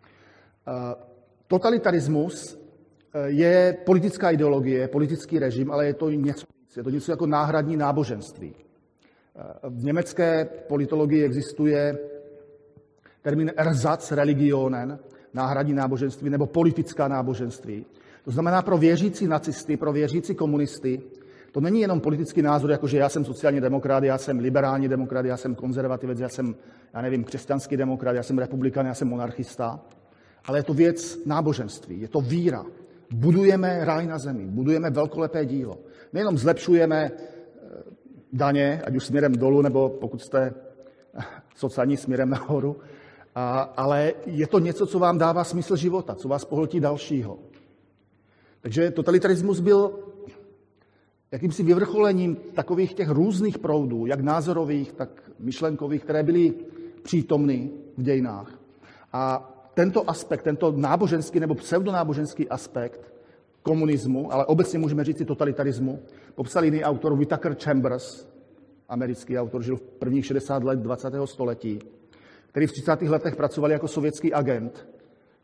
S4: Totalitarismus je politická ideologie, politický režim, ale je to něco víc. Je to něco jako náhradní náboženství. V německé politologii existuje termín Ersatzreligionen, náhradní náboženství nebo politická náboženství. To znamená pro věřící nacisty, pro věřící komunisty, to není jenom politický názor, jako že já jsem sociální demokrat, já jsem liberální demokrat, já jsem konzervativec, já jsem, křesťanský demokrat, já jsem republikán, já jsem monarchista, ale je to věc náboženství, je to víra. Budujeme ráj na zemi, budujeme velkolepé dílo. Nejenom zlepšujeme daně, ať už směrem dolů, nebo pokud jste sociální směrem nahoru, ale je to něco, co vám dává smysl života, co vás pohltí dalšího. Takže totalitarismus byl jakýmsi vyvrcholením takových těch různých proudů, jak názorových, tak myšlenkových, které byly přítomny v dějinách. A tento aspekt, tento náboženský nebo pseudonáboženský aspekt komunismu, ale obecně můžeme říct i totalitarismu, popsal jiný autor Whittaker Chambers, americký autor, žil v prvních 60 let 20. století, který v 30. letech pracoval jako sovětský agent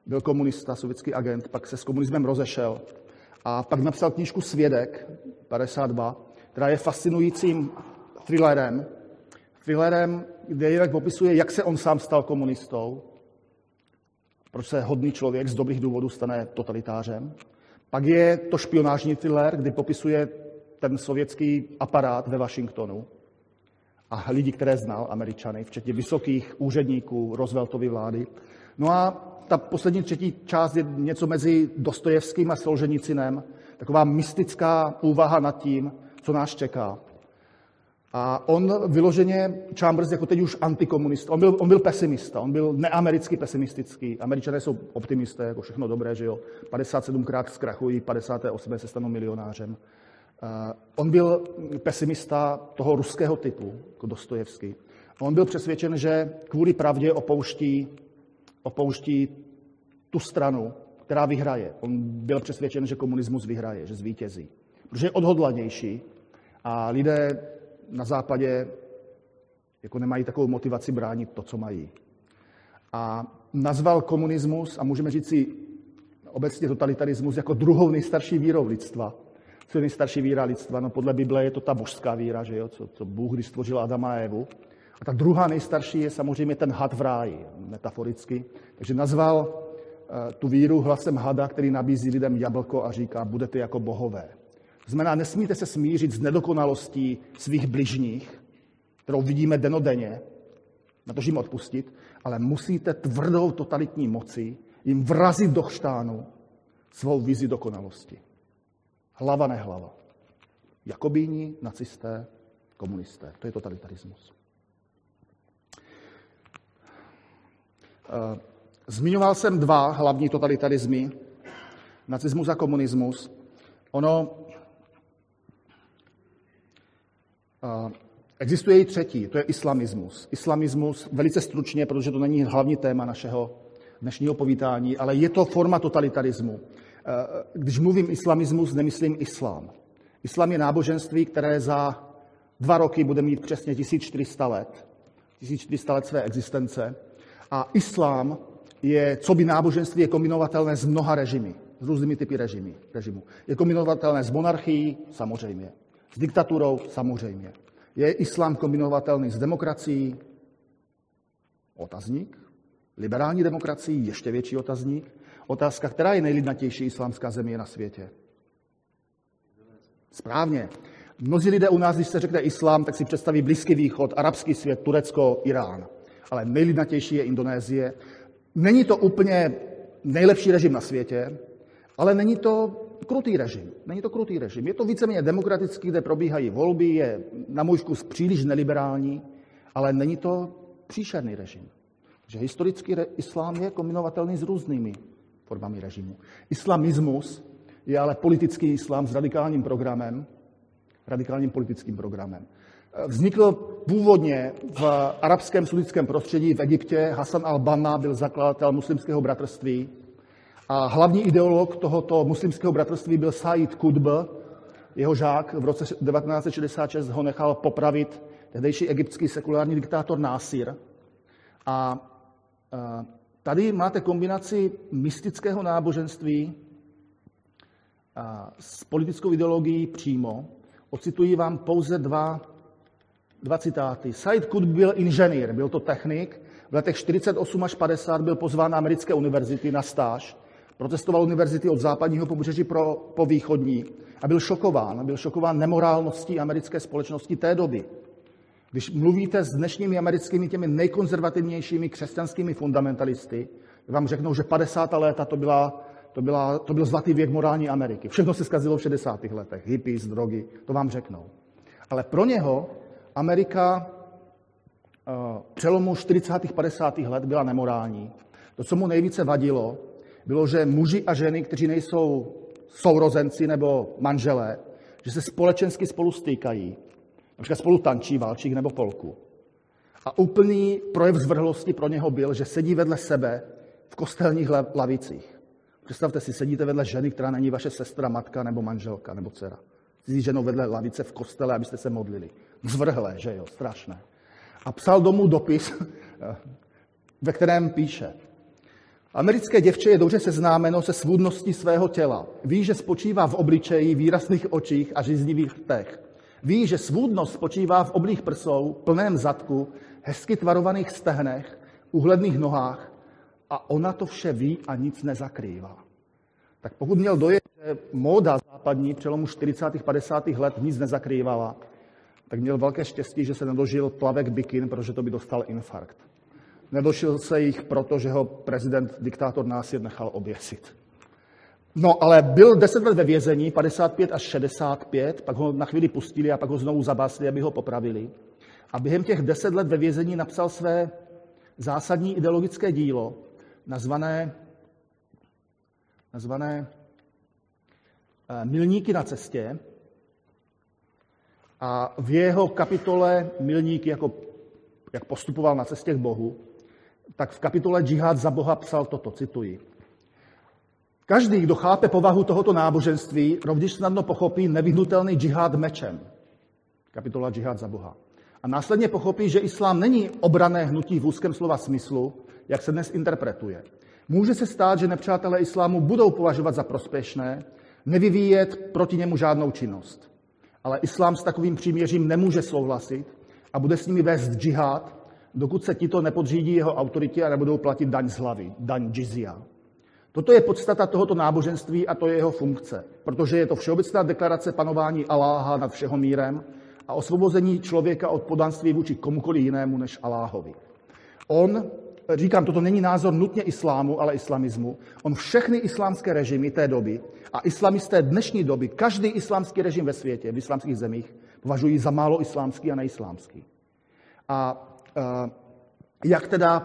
S4: byl komunista, sovětský agent, pak se s komunismem rozešel a pak napsal knížku Svědek 52, která je fascinujícím thrillerem, kde jinak popisuje, jak se on sám stal komunistou, proč se hodný člověk z dobrých důvodů stane totalitářem. Pak je to špionážní thriller, kdy popisuje ten sovětský aparát ve Washingtonu a lidi, které znal, Američany, včetně vysokých úředníků Rooseveltovy vlády. No a ta poslední třetí část je něco mezi Dostojevským a Solženicinem, taková mystická úvaha nad tím, co nás čeká. A on vyloženě, Chambers jako teď už antikomunista, on byl pesimista, on byl neamericky pesimistický. Američané jsou optimisté, jako všechno dobré, že jo. 57krát zkrachují, 58 se stanou milionářem. On byl pesimista toho ruského typu, jako Dostojevský. On byl přesvědčen, že kvůli pravdě opouští tu stranu, která vyhraje. On byl přesvědčen, že komunismus vyhraje, že zvítězí. Protože je odhodlanější a lidé na západě jako nemají takovou motivaci bránit to, co mají. A nazval komunismus, a můžeme říct si obecně totalitarismus, jako druhou nejstarší vírou lidstva. Co je nejstarší víra lidstva? No podle Bible je to ta božská víra, že jo? Co Bůh, když stvořil Adama a Evu. A ta druhá nejstarší je samozřejmě ten had v ráji, metaforicky. Takže nazval tu víru hlasem hada, který nabízí lidem jablko a říká, budete jako bohové. To znamená, nesmíte se smířit s nedokonalostí svých bližních, kterou vidíme dennodenně, na to jim odpustit, ale musíte tvrdou totalitní moci jim vrazit do chřtánu svou vizi dokonalosti. Hlava nehlava. Jakobíni, nacisté, komunisté. To je totalitarismus. Zmiňoval jsem dva hlavní totalitarismy, nacismus a komunismus. Existuje i třetí, to je islamismus. Islamismus velice stručně, protože to není hlavní téma našeho dnešního povídání, ale je to forma totalitarismu. Když mluvím islamismus, nemyslím islám. Islám je náboženství, které za 2 roky bude mít přesně 1400 let. 1400 let své existence. A islám je, co by náboženství, je kombinovatelné s mnoha režimy, s různými typy režimu. Je kombinovatelné s monarchií, samozřejmě. S diktaturou, samozřejmě. Je islám kombinovatelný s demokracií? Otazník. Liberální demokracií, ještě větší otazník. Otázka, která je nejlidnatější islámská země na světě? Správně. Mnozí lidé u nás, když se řekne islám, tak si představí Blízký východ, arabský svět, Turecko, Irán. Ale nejlidnatější je Indonésie. Není to úplně nejlepší režim na světě, ale není to krutý režim. Je to víceméně demokratický, kde probíhají volby, je na můj vkus příliš neliberální, ale není to příšerný režim. Takže historický islám je kombinovatelný s různými formami režimu. Islamismus je ale politický islám s radikálním politickým programem. Vznikl původně v arabském sunnickém prostředí v Egyptě. Hasan al-Banna byl zakladatel muslimského bratrství a hlavní ideolog tohoto muslimského bratrství byl Said Qutb. Jeho žák v roce 1966 ho nechal popravit tehdejší egyptský sekulární diktátor Nasir. A tady máte kombinaci mystického náboženství s politickou ideologií přímo. Ocituji vám pouze dva citáty. Said Qutb byl inženýr, byl to technik. V letech 48 až 50 byl pozván na americké univerzity na stáž. Protestoval univerzity od západního pobřeží po východní a byl šokován nemorálností americké společnosti té doby. Když mluvíte s dnešními americkými těmi nejkonzervativnějšími křesťanskými fundamentalisty, vám řeknou, že 50. léta to byl zlatý věk morální Ameriky. Všechno se zkazilo v 60. letech. Hippies, drogy, to vám řeknou. Ale pro něho Amerika přelomu 40. 50. let byla nemorální. To, co mu nejvíce vadilo, bylo, že muži a ženy, kteří nejsou sourozenci nebo manželé, že se společensky spolu stýkají. Například spolu tančí válčík nebo polku. A úplný projev zvrhlosti pro něho byl, že sedí vedle sebe v kostelních lavicích. Představte si, sedíte vedle ženy, která není vaše sestra, matka nebo manželka nebo dcera. Sedí ženou vedle lavice v kostele, abyste se modlili. Zvrhlé, že jo, strašné. A psal domů dopis, ve kterém píše: Americké děvče je dobře seznámeno se svůdností svého těla. Ví, že spočívá v obličeji, výrazných očích a říznivých rtech. Ví, že svůdnost spočívá v oblých prsou, plném zadku, hezky tvarovaných stehnech, úhledných nohách a ona to vše ví a nic nezakrývá. Tak pokud měl dojem, že móda západní přelomu 40. 50. let nic nezakrývala, tak měl velké štěstí, že se nedožil plavek bikin, protože to by dostal infarkt. Nedošel se jich proto, že ho prezident, diktátor Násir nechal oběsit. No, ale byl 10 let ve vězení, 55 až 65, pak ho na chvíli pustili a pak ho znovu zabásli, aby ho popravili. A během těch 10 let ve vězení napsal své zásadní ideologické dílo, nazvané Milníky na cestě. A v jeho kapitole Milníky, jak postupoval na cestě k Bohu, tak v kapitole Džihad za Boha psal toto, cituji. Každý, kdo chápe povahu tohoto náboženství, rovněž snadno pochopí nevyhnutelný džihad mečem. Kapitola Džihad za Boha. A následně pochopí, že islám není obranné hnutí v úzkém slova smyslu, jak se dnes interpretuje. Může se stát, že nepřátelé islámu budou považovat za prospěšné, nevyvíjet proti němu žádnou činnost. Ale islám s takovým příměřím nemůže souhlasit a bude s nimi vést džihad, dokud se tito nepodřídí jeho autoritě a nebudou platit daň z hlavy, daň džizia. Toto je podstata tohoto náboženství a to je jeho funkce, protože je to všeobecná deklarace panování Aláha nad všeho mírem a osvobození člověka od poddanství vůči komukoliv jinému než Aláhovi. Říkám, toto není názor nutně islámu, ale islamismu. On všechny islámské režimy té doby a islamisté dnešní doby, každý islámský režim ve světě, v islámských zemích, považují za málo islámský a neislámský. A jak teda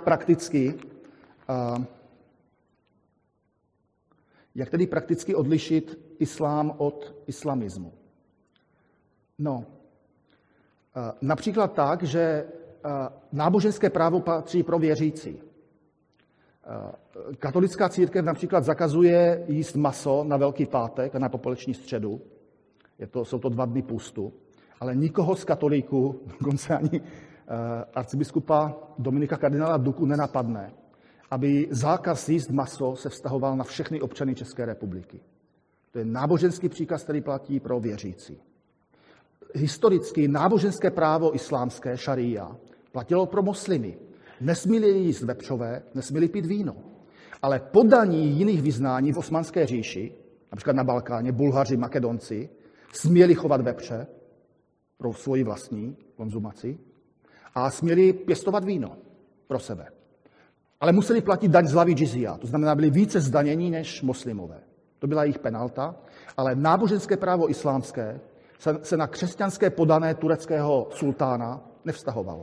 S4: prakticky odlišit islám od islamismu? No, například tak, že náboženské právo patří pro věřící. Katolická církev například zakazuje jíst maso na Velký pátek a na popeleční středu. Jsou to 2 dny půstu. Ale nikoho z katolíků, dokonce ani arcibiskupa Dominika kardinála Duku nenapadne, aby zákaz jíst maso se vztahoval na všechny občany České republiky. To je náboženský příkaz, který platí pro věřící. Historicky náboženské právo islámské, šaría, platilo pro muslimy. Nesměli jíst vepřové, nesměli pít víno. Ale poddaní jiných vyznání v Osmanské říši, například na Balkáně, Bulhaři, Makedonci, směli chovat vepře pro svoji vlastní konzumaci a směli pěstovat víno pro sebe. Ale museli platit daň z hlavy džizia, to znamená, byli více zdanění než muslimové. To byla jejich penalta, ale náboženské právo islámské se na křesťanské podané tureckého sultána nevztahovalo.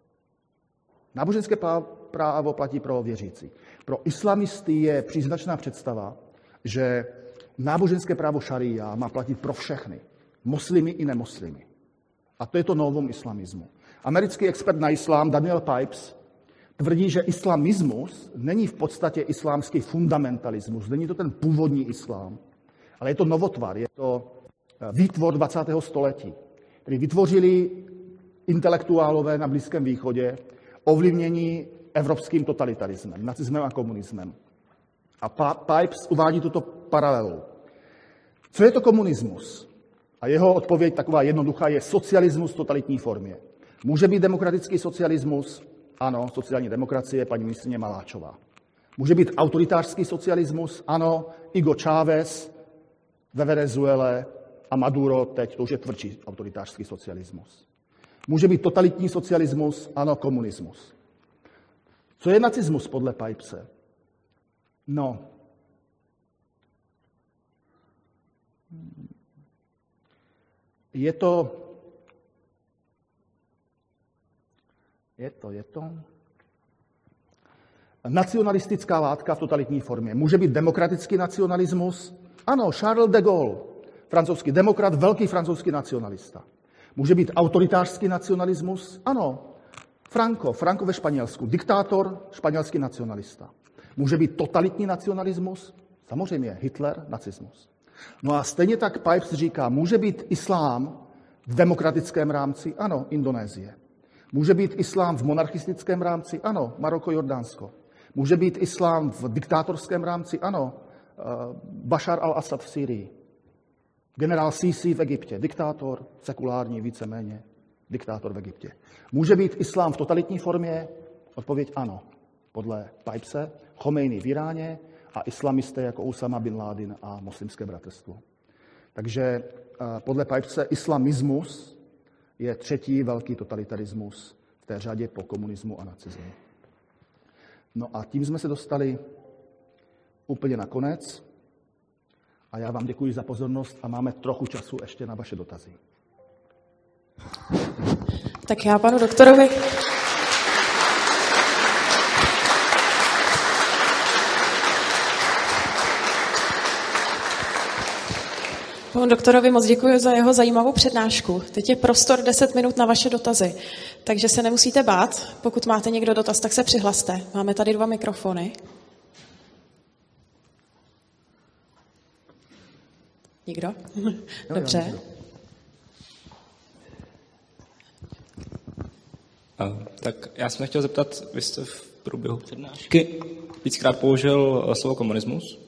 S4: Náboženské právo platí pro věřící. Pro islamisty je příznačná představa, že náboženské právo šaría má platit pro všechny, muslimy i nemuslimy. A to je to novum islamismu. Americký expert na islám Daniel Pipes tvrdí, že islamismus není v podstatě islámský fundamentalismus, není to ten původní islám, ale je to novotvar, je to výtvor 20. století, který vytvořili intelektuálové na Blízkém východě, ovlivnění evropským totalitarismem, nacismem a komunismem. A Pipes uvádí tuto paralelu. Co je to komunismus? A jeho odpověď taková jednoduchá je socialismus v totalitní formě. Může být demokratický socialismus? Ano, sociální demokracie, paní ministryně Maláčová. Může být autoritářský socialismus? Ano, Hugo Chávez ve Venezuele a Maduro teď, to už je tvrdší autoritářský socialismus. Může být totalitní socialismus? Ano, komunismus. Co je nacismus podle Pipese? No, je to nacionalistická látka v totalitní formě. Může být demokratický nacionalismus? Ano, Charles de Gaulle, francouzský demokrat, velký francouzský nacionalista. Může být autoritářský nacionalismus? Ano, Franco ve Španělsku, diktátor, španělský nacionalista. Může být totalitní nacionalismus? Samozřejmě, Hitler, nacismus. No a stejně tak Pipes říká, může být islám v demokratickém rámci? Ano, Indonésie. Může být islám v monarchistickém rámci? Ano, Maroko, Jordánsko. Může být islám v diktátorském rámci? Ano. Bashar al-Assad v Sýrii. Generál Sisi v Egyptě. Diktátor, sekulární víceméně. Diktátor v Egyptě. Může být islám v totalitní formě? Odpověď ano. Podle Pipese, Chomejny v Iráně a islamisté jako Usama bin Laden a Muslimské bratrstvo. Takže podle Pipese islamismus je třetí velký totalitarismus v té řadě po komunismu a nacismu. No a tím jsme se dostali úplně na konec a já vám děkuji za pozornost a máme trochu času ještě na vaše dotazy.
S2: Tak já panu doktorovi... Panu doktorovi moc děkuji za jeho zajímavou přednášku. Teď je prostor 10 minut na vaše dotazy, takže se nemusíte bát. Pokud máte někdo dotaz, tak se přihlaste. Máme tady 2 mikrofony. Nikdo? Dobře.
S5: Tak já jsem chtěl zeptat, vy jste v průběhu přednášky víckrát použil slovo komunismus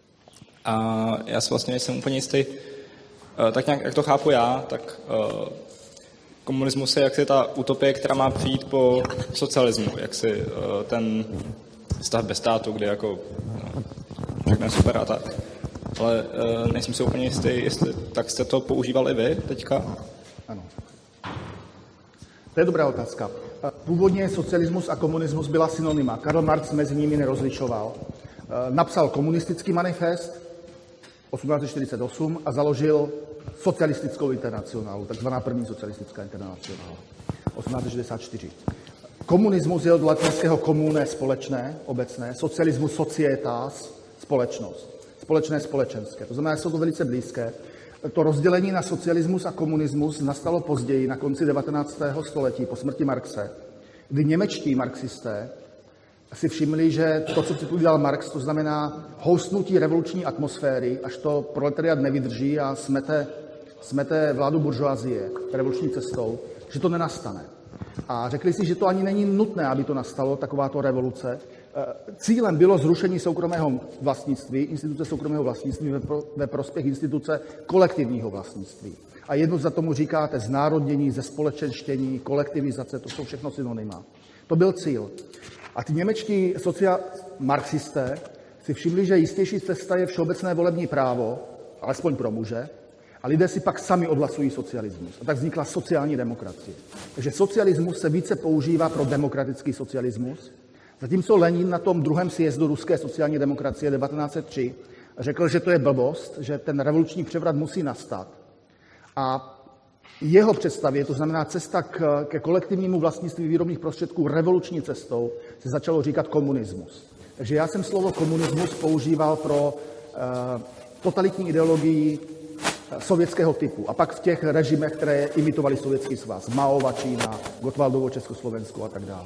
S5: a já si vlastně nejsem úplně jistý, tak nějak, jak to chápu já, tak komunismus je jaksi ta utopie, která má přijít po socialismu, jaksi ten stav bez státu, kde jako všechno je super a tak. Ale nejsem si úplně jistý, jestli tak jste to používal i vy teďka?
S4: Ano. To je dobrá otázka. Původně socialismus a komunismus byla synonyma. Karl Marx mezi nimi nerozlišoval. Napsal komunistický manifest 1848 a založil socialistickou internacionálu, takzvaná první socialistická internacionála, 1864. Komunismus je od latinského comune, společné, obecné, socialismus societas, společnost, společné, společenské. To znamená, že jsou to velice blízké. To rozdělení na socialismus a komunismus nastalo později, na konci 19. století, po smrti Marxe, kdy němečtí marxisté si všimli, že to, co předpovídal Marx, to znamená houstnutí revoluční atmosféry, až to proletariat nevydrží a smete vládu buržoazie revoluční cestou, že to nenastane. A řekli si, že to ani není nutné, aby to nastalo, takováto revoluce. Cílem bylo zrušení soukromého vlastnictví, instituce soukromého vlastnictví ve prospěch instituce kolektivního vlastnictví. A jedno za tomu říkáte znárodnění, zespolečenštění, kolektivizace, to jsou všechno synonyma. To byl cíl. A ty němečtí marxisté si všimli, že jistější cesta je všeobecné volební právo, alespoň pro muže, a lidé si pak sami odhlasují socialismus. A tak vznikla sociální demokracie. Takže socialismus se více používá pro demokratický socialismus, zatímco Lenin na tom druhém sjezdu ruské sociální demokracie 1903 řekl, že to je blbost, že ten revoluční převrat musí nastat. A jeho představě, to znamená cesta ke kolektivnímu vlastnictví výrobních prostředků revoluční cestou, se začalo říkat komunismus. Takže já jsem slovo komunismus používal pro totalitní ideologii sovětského typu. A pak v těch režimech, které imitovali Sovětský svaz. Maova Čína, Gottwaldovo Československo a tak dále.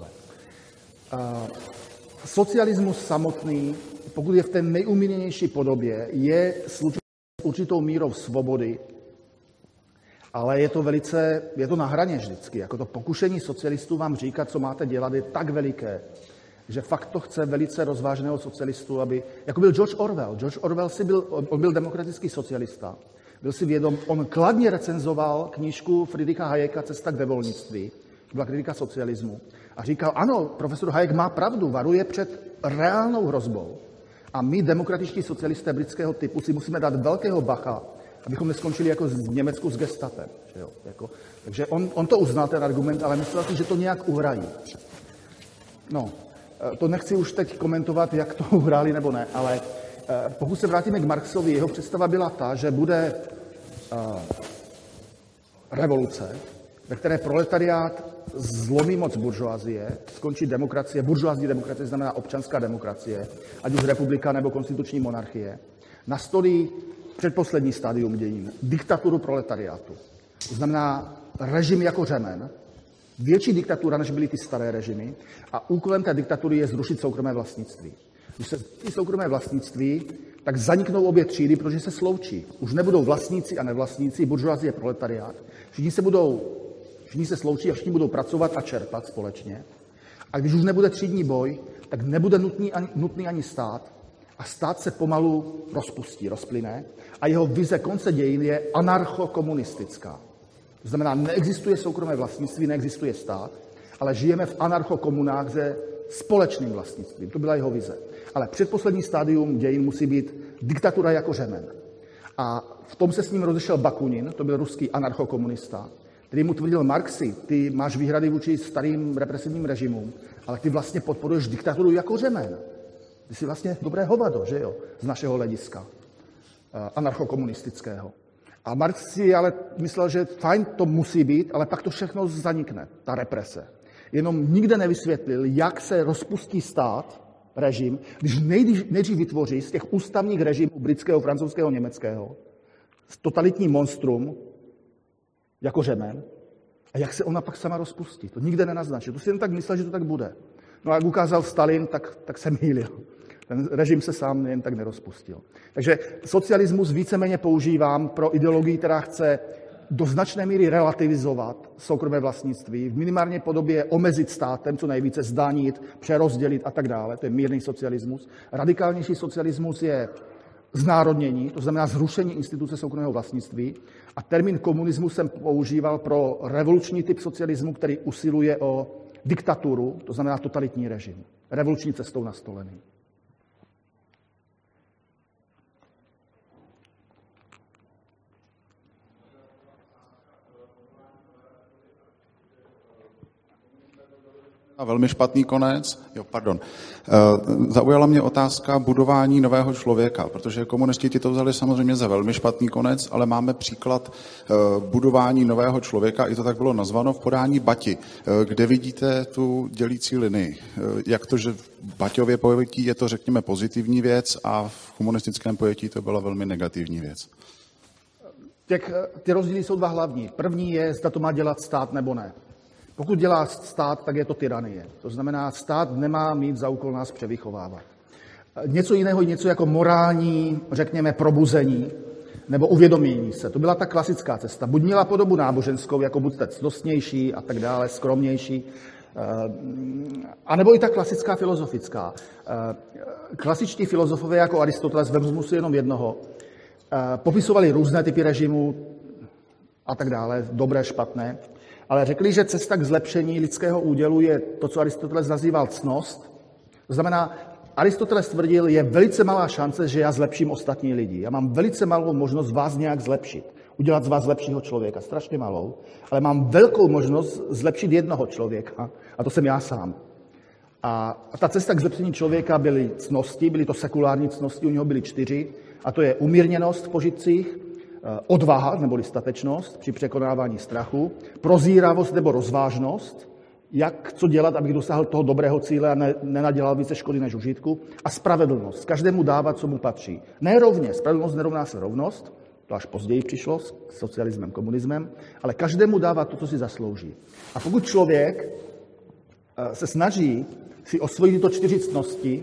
S4: Socialismus samotný, pokud je v té nejumírněnější podobě, je slučitelný s určitou mírou svobody, ale je to na hraně vždycky. Jako to pokušení socialistů vám říkat, co máte dělat, je tak veliké, že fakt to chce velice rozvážného socialistu, aby... Jako byl George Orwell. George Orwell on byl demokratický socialista. Byl si vědom, on kladně recenzoval knížku Friedricha Hayeka Cesta k nevolnictví, to byla kritika socialismu, a říkal, ano, profesor Hayek má pravdu, varuje před reálnou hrozbou. A my, demokratičtí socialisté britského typu, si musíme dát velkého bacha, abychom neskončili jako v Německu s gestapem. Že jo? Takže on to uznal, ten argument, ale myslel si, že to nějak uhrají. No, to nechci už teď komentovat, jak to uhráli nebo ne, ale pokud se vrátíme k Marxovi, jeho představa byla ta, že bude revoluce, ve které proletariát zlomí moc buržoazie, skončí demokracie, buržoazní demokracie znamená občanská demokracie, ať už republika nebo konstituční monarchie, nastolí předposlední stádium dějin, diktaturu proletariátu. To znamená režim jako řemen, větší diktatura, než byly ty staré režimy, a úkolem té diktatury je zrušit soukromé vlastnictví. Když se zruší soukromé vlastnictví, tak zaniknou obě třídy, protože se sloučí. Už nebudou vlastníci a nevlastníci, buržoazie proletariát. Všichni se sloučí a všichni budou pracovat a čerpat společně. A když už nebude třídní boj, tak tak nebude nutný ani stát a stát se pomalu rozpustí, rozplyne a jeho vize konce dějin je anarchokomunistická. To znamená, neexistuje soukromé vlastnictví, neexistuje stát, ale žijeme v anarchokomunách se společným vlastnictvím. To byla jeho vize. Ale předposlední stádium dějin musí být diktatura jako řemen. A v tom se s ním rozešel Bakunin, to byl ruský anarchokomunista, který mu tvrdil: Marxi, ty máš výhrady vůči starým represivním režimům, ale ty vlastně podporuješ diktaturu jako řemen. Ty jsi vlastně dobré hovado, že jo, z našeho hlediska anarchokomunistického. A Marx si ale myslel, že fajn, to musí být, ale pak to všechno zanikne, ta represe. Jenom nikde nevysvětlil, jak se rozpustí stát, režim, když nejdřív vytvoří z těch ústavních režimů britského, francouzského, německého totalitní monstrum jako řemen a jak se ona pak sama rozpustí. To nikde nenaznačil. To si jen tak myslel, že to tak bude. No a jak ukázal Stalin, tak se mýlil. Ten režim se sám jen tak nerozpustil. Takže socialismus víceméně používám pro ideologii, která chce do značné míry relativizovat soukromé vlastnictví, v minimálně podobě omezit státem, co nejvíce zdanit, přerozdělit a tak dále. To je mírný socialismus. Radikálnější socialismus je znárodnění, to znamená zrušení instituce soukromého vlastnictví. A termín komunismus jsem používal pro revoluční typ socialismu, který usiluje o diktaturu, to znamená totalitní režim. Revoluční cestou nastolený.
S6: A velmi špatný konec. Zaujala mě otázka budování nového člověka, protože komunisti ti to vzali samozřejmě za velmi špatný konec, ale máme příklad budování nového člověka, i to tak bylo nazváno v podání Bati. Kde vidíte tu dělící linii? Jak to, že v Baťově pojetí je to, řekněme, pozitivní věc a v komunistickém pojetí to byla velmi negativní věc?
S4: Ty rozdíly jsou dva hlavní. První je, zda to má dělat stát nebo ne. Pokud dělá stát, tak je to tyranie. To znamená, stát nemá mít za úkol nás převychovávat. Něco jiného je něco jako morální, řekněme, probuzení nebo uvědomění se. To byla ta klasická cesta. Buď měla podobu náboženskou, jako buďte ctnostnější a tak dále, skromnější, anebo i ta klasická filozofická. Klasičtí filozofové jako Aristoteles, vezmu si jenom jednoho, popisovali různé typy režimů a tak dále, dobré, špatné, ale řekli, že cesta k zlepšení lidského údělu je to, co Aristoteles nazýval ctnost. To znamená, Aristoteles tvrdil, je velice malá šance, že já zlepším ostatní lidi. Já mám velice malou možnost vás nějak zlepšit, udělat z vás lepšího člověka, strašně malou, ale mám velkou možnost zlepšit jednoho člověka, a to jsem já sám. A ta cesta k zlepšení člověka byly ctnosti, byly to sekulární ctnosti, u něho byly 4, a to je umírněnost v požitcích, odvaha neboli statečnost při překonávání strachu, prozíravost nebo rozvážnost, jak co dělat, abych dosáhl toho dobrého cíle a nenadělal více škody než užitku, a spravedlnost. Každému dávat, co mu patří. Ne rovně, spravedlnost nerovná se rovnost, to až později přišlo s socialismem, komunismem, ale každému dávat to, co si zaslouží. A pokud člověk se snaží si osvojit tyto 4 ctnosti,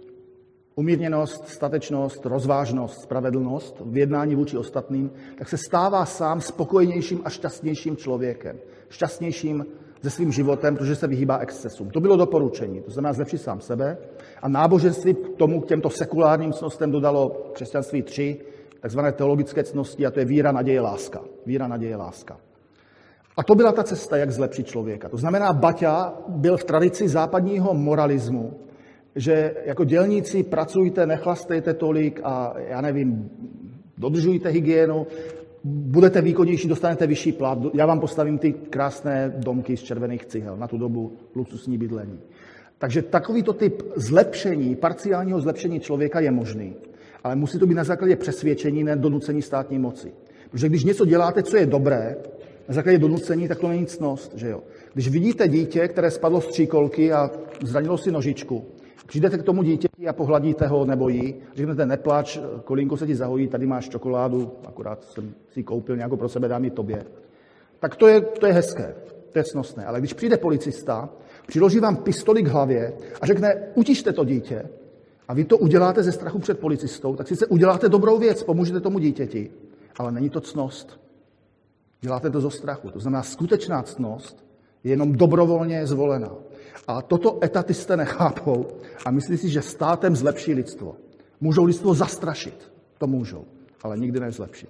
S4: umírněnost, statečnost, rozvážnost, spravedlnost v jednání vůči ostatním, tak se stává sám spokojenějším a šťastnějším člověkem. Šťastnějším se svým životem, protože se vyhýbá excesům. To bylo doporučení, to znamená zlepšit sám sebe. A náboženství k těmto sekulárním ctnostem dodalo křesťanství 3 takzvané teologické ctnosti, a to je víra, naděje, láska. Víra, naděje, láska. A to byla ta cesta, jak zlepšit člověka. To znamená, Baťa byl v tradici západního moralismu, že jako dělníci pracujte, nechlastejte tolik a já nevím, dodržujte hygienu, budete výkonnější, dostanete vyšší plat, já vám postavím ty krásné domky z červených cihel, na tu dobu luxusní bydlení. Takže takovýto typ zlepšení, parciálního zlepšení člověka je možný, ale musí to být na základě přesvědčení, ne donucení státní moci. Protože když něco děláte, co je dobré, na základě donucení, tak to není ctnost, že jo. Když vidíte dítě, které spadlo z tříkolky a zranilo si nožičku, přijdete k tomu dítěti a pohladíte ho nebo jí, řeknete, neplač, kolínko se ti zahojí, tady máš čokoládu, akorát jsem si koupil nějakou pro sebe, dám ji tobě. Tak to je hezké, to je ctnostné. Ale když přijde policista, přiloží vám pistoli k hlavě a řekne, utište to dítě, a vy to uděláte ze strachu před policistou, tak sice uděláte dobrou věc, pomůžete tomu dítěti, ale není to ctnost. Děláte to zo strachu. To znamená, skutečná ctnost je jenom dobrovolně zvolená. A toto etatisté nechápou a myslí si, že státem zlepší lidstvo. Můžou lidstvo zastrašit, to můžou, ale nikdy nezlepšit.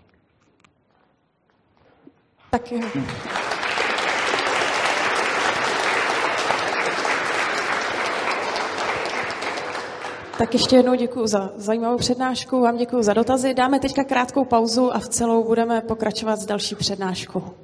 S2: Tak jo. Tak ještě jednou děkuji za zajímavou přednášku, vám děkuji za dotazy. Dáme teďka krátkou pauzu a v celou budeme pokračovat s další přednáškou.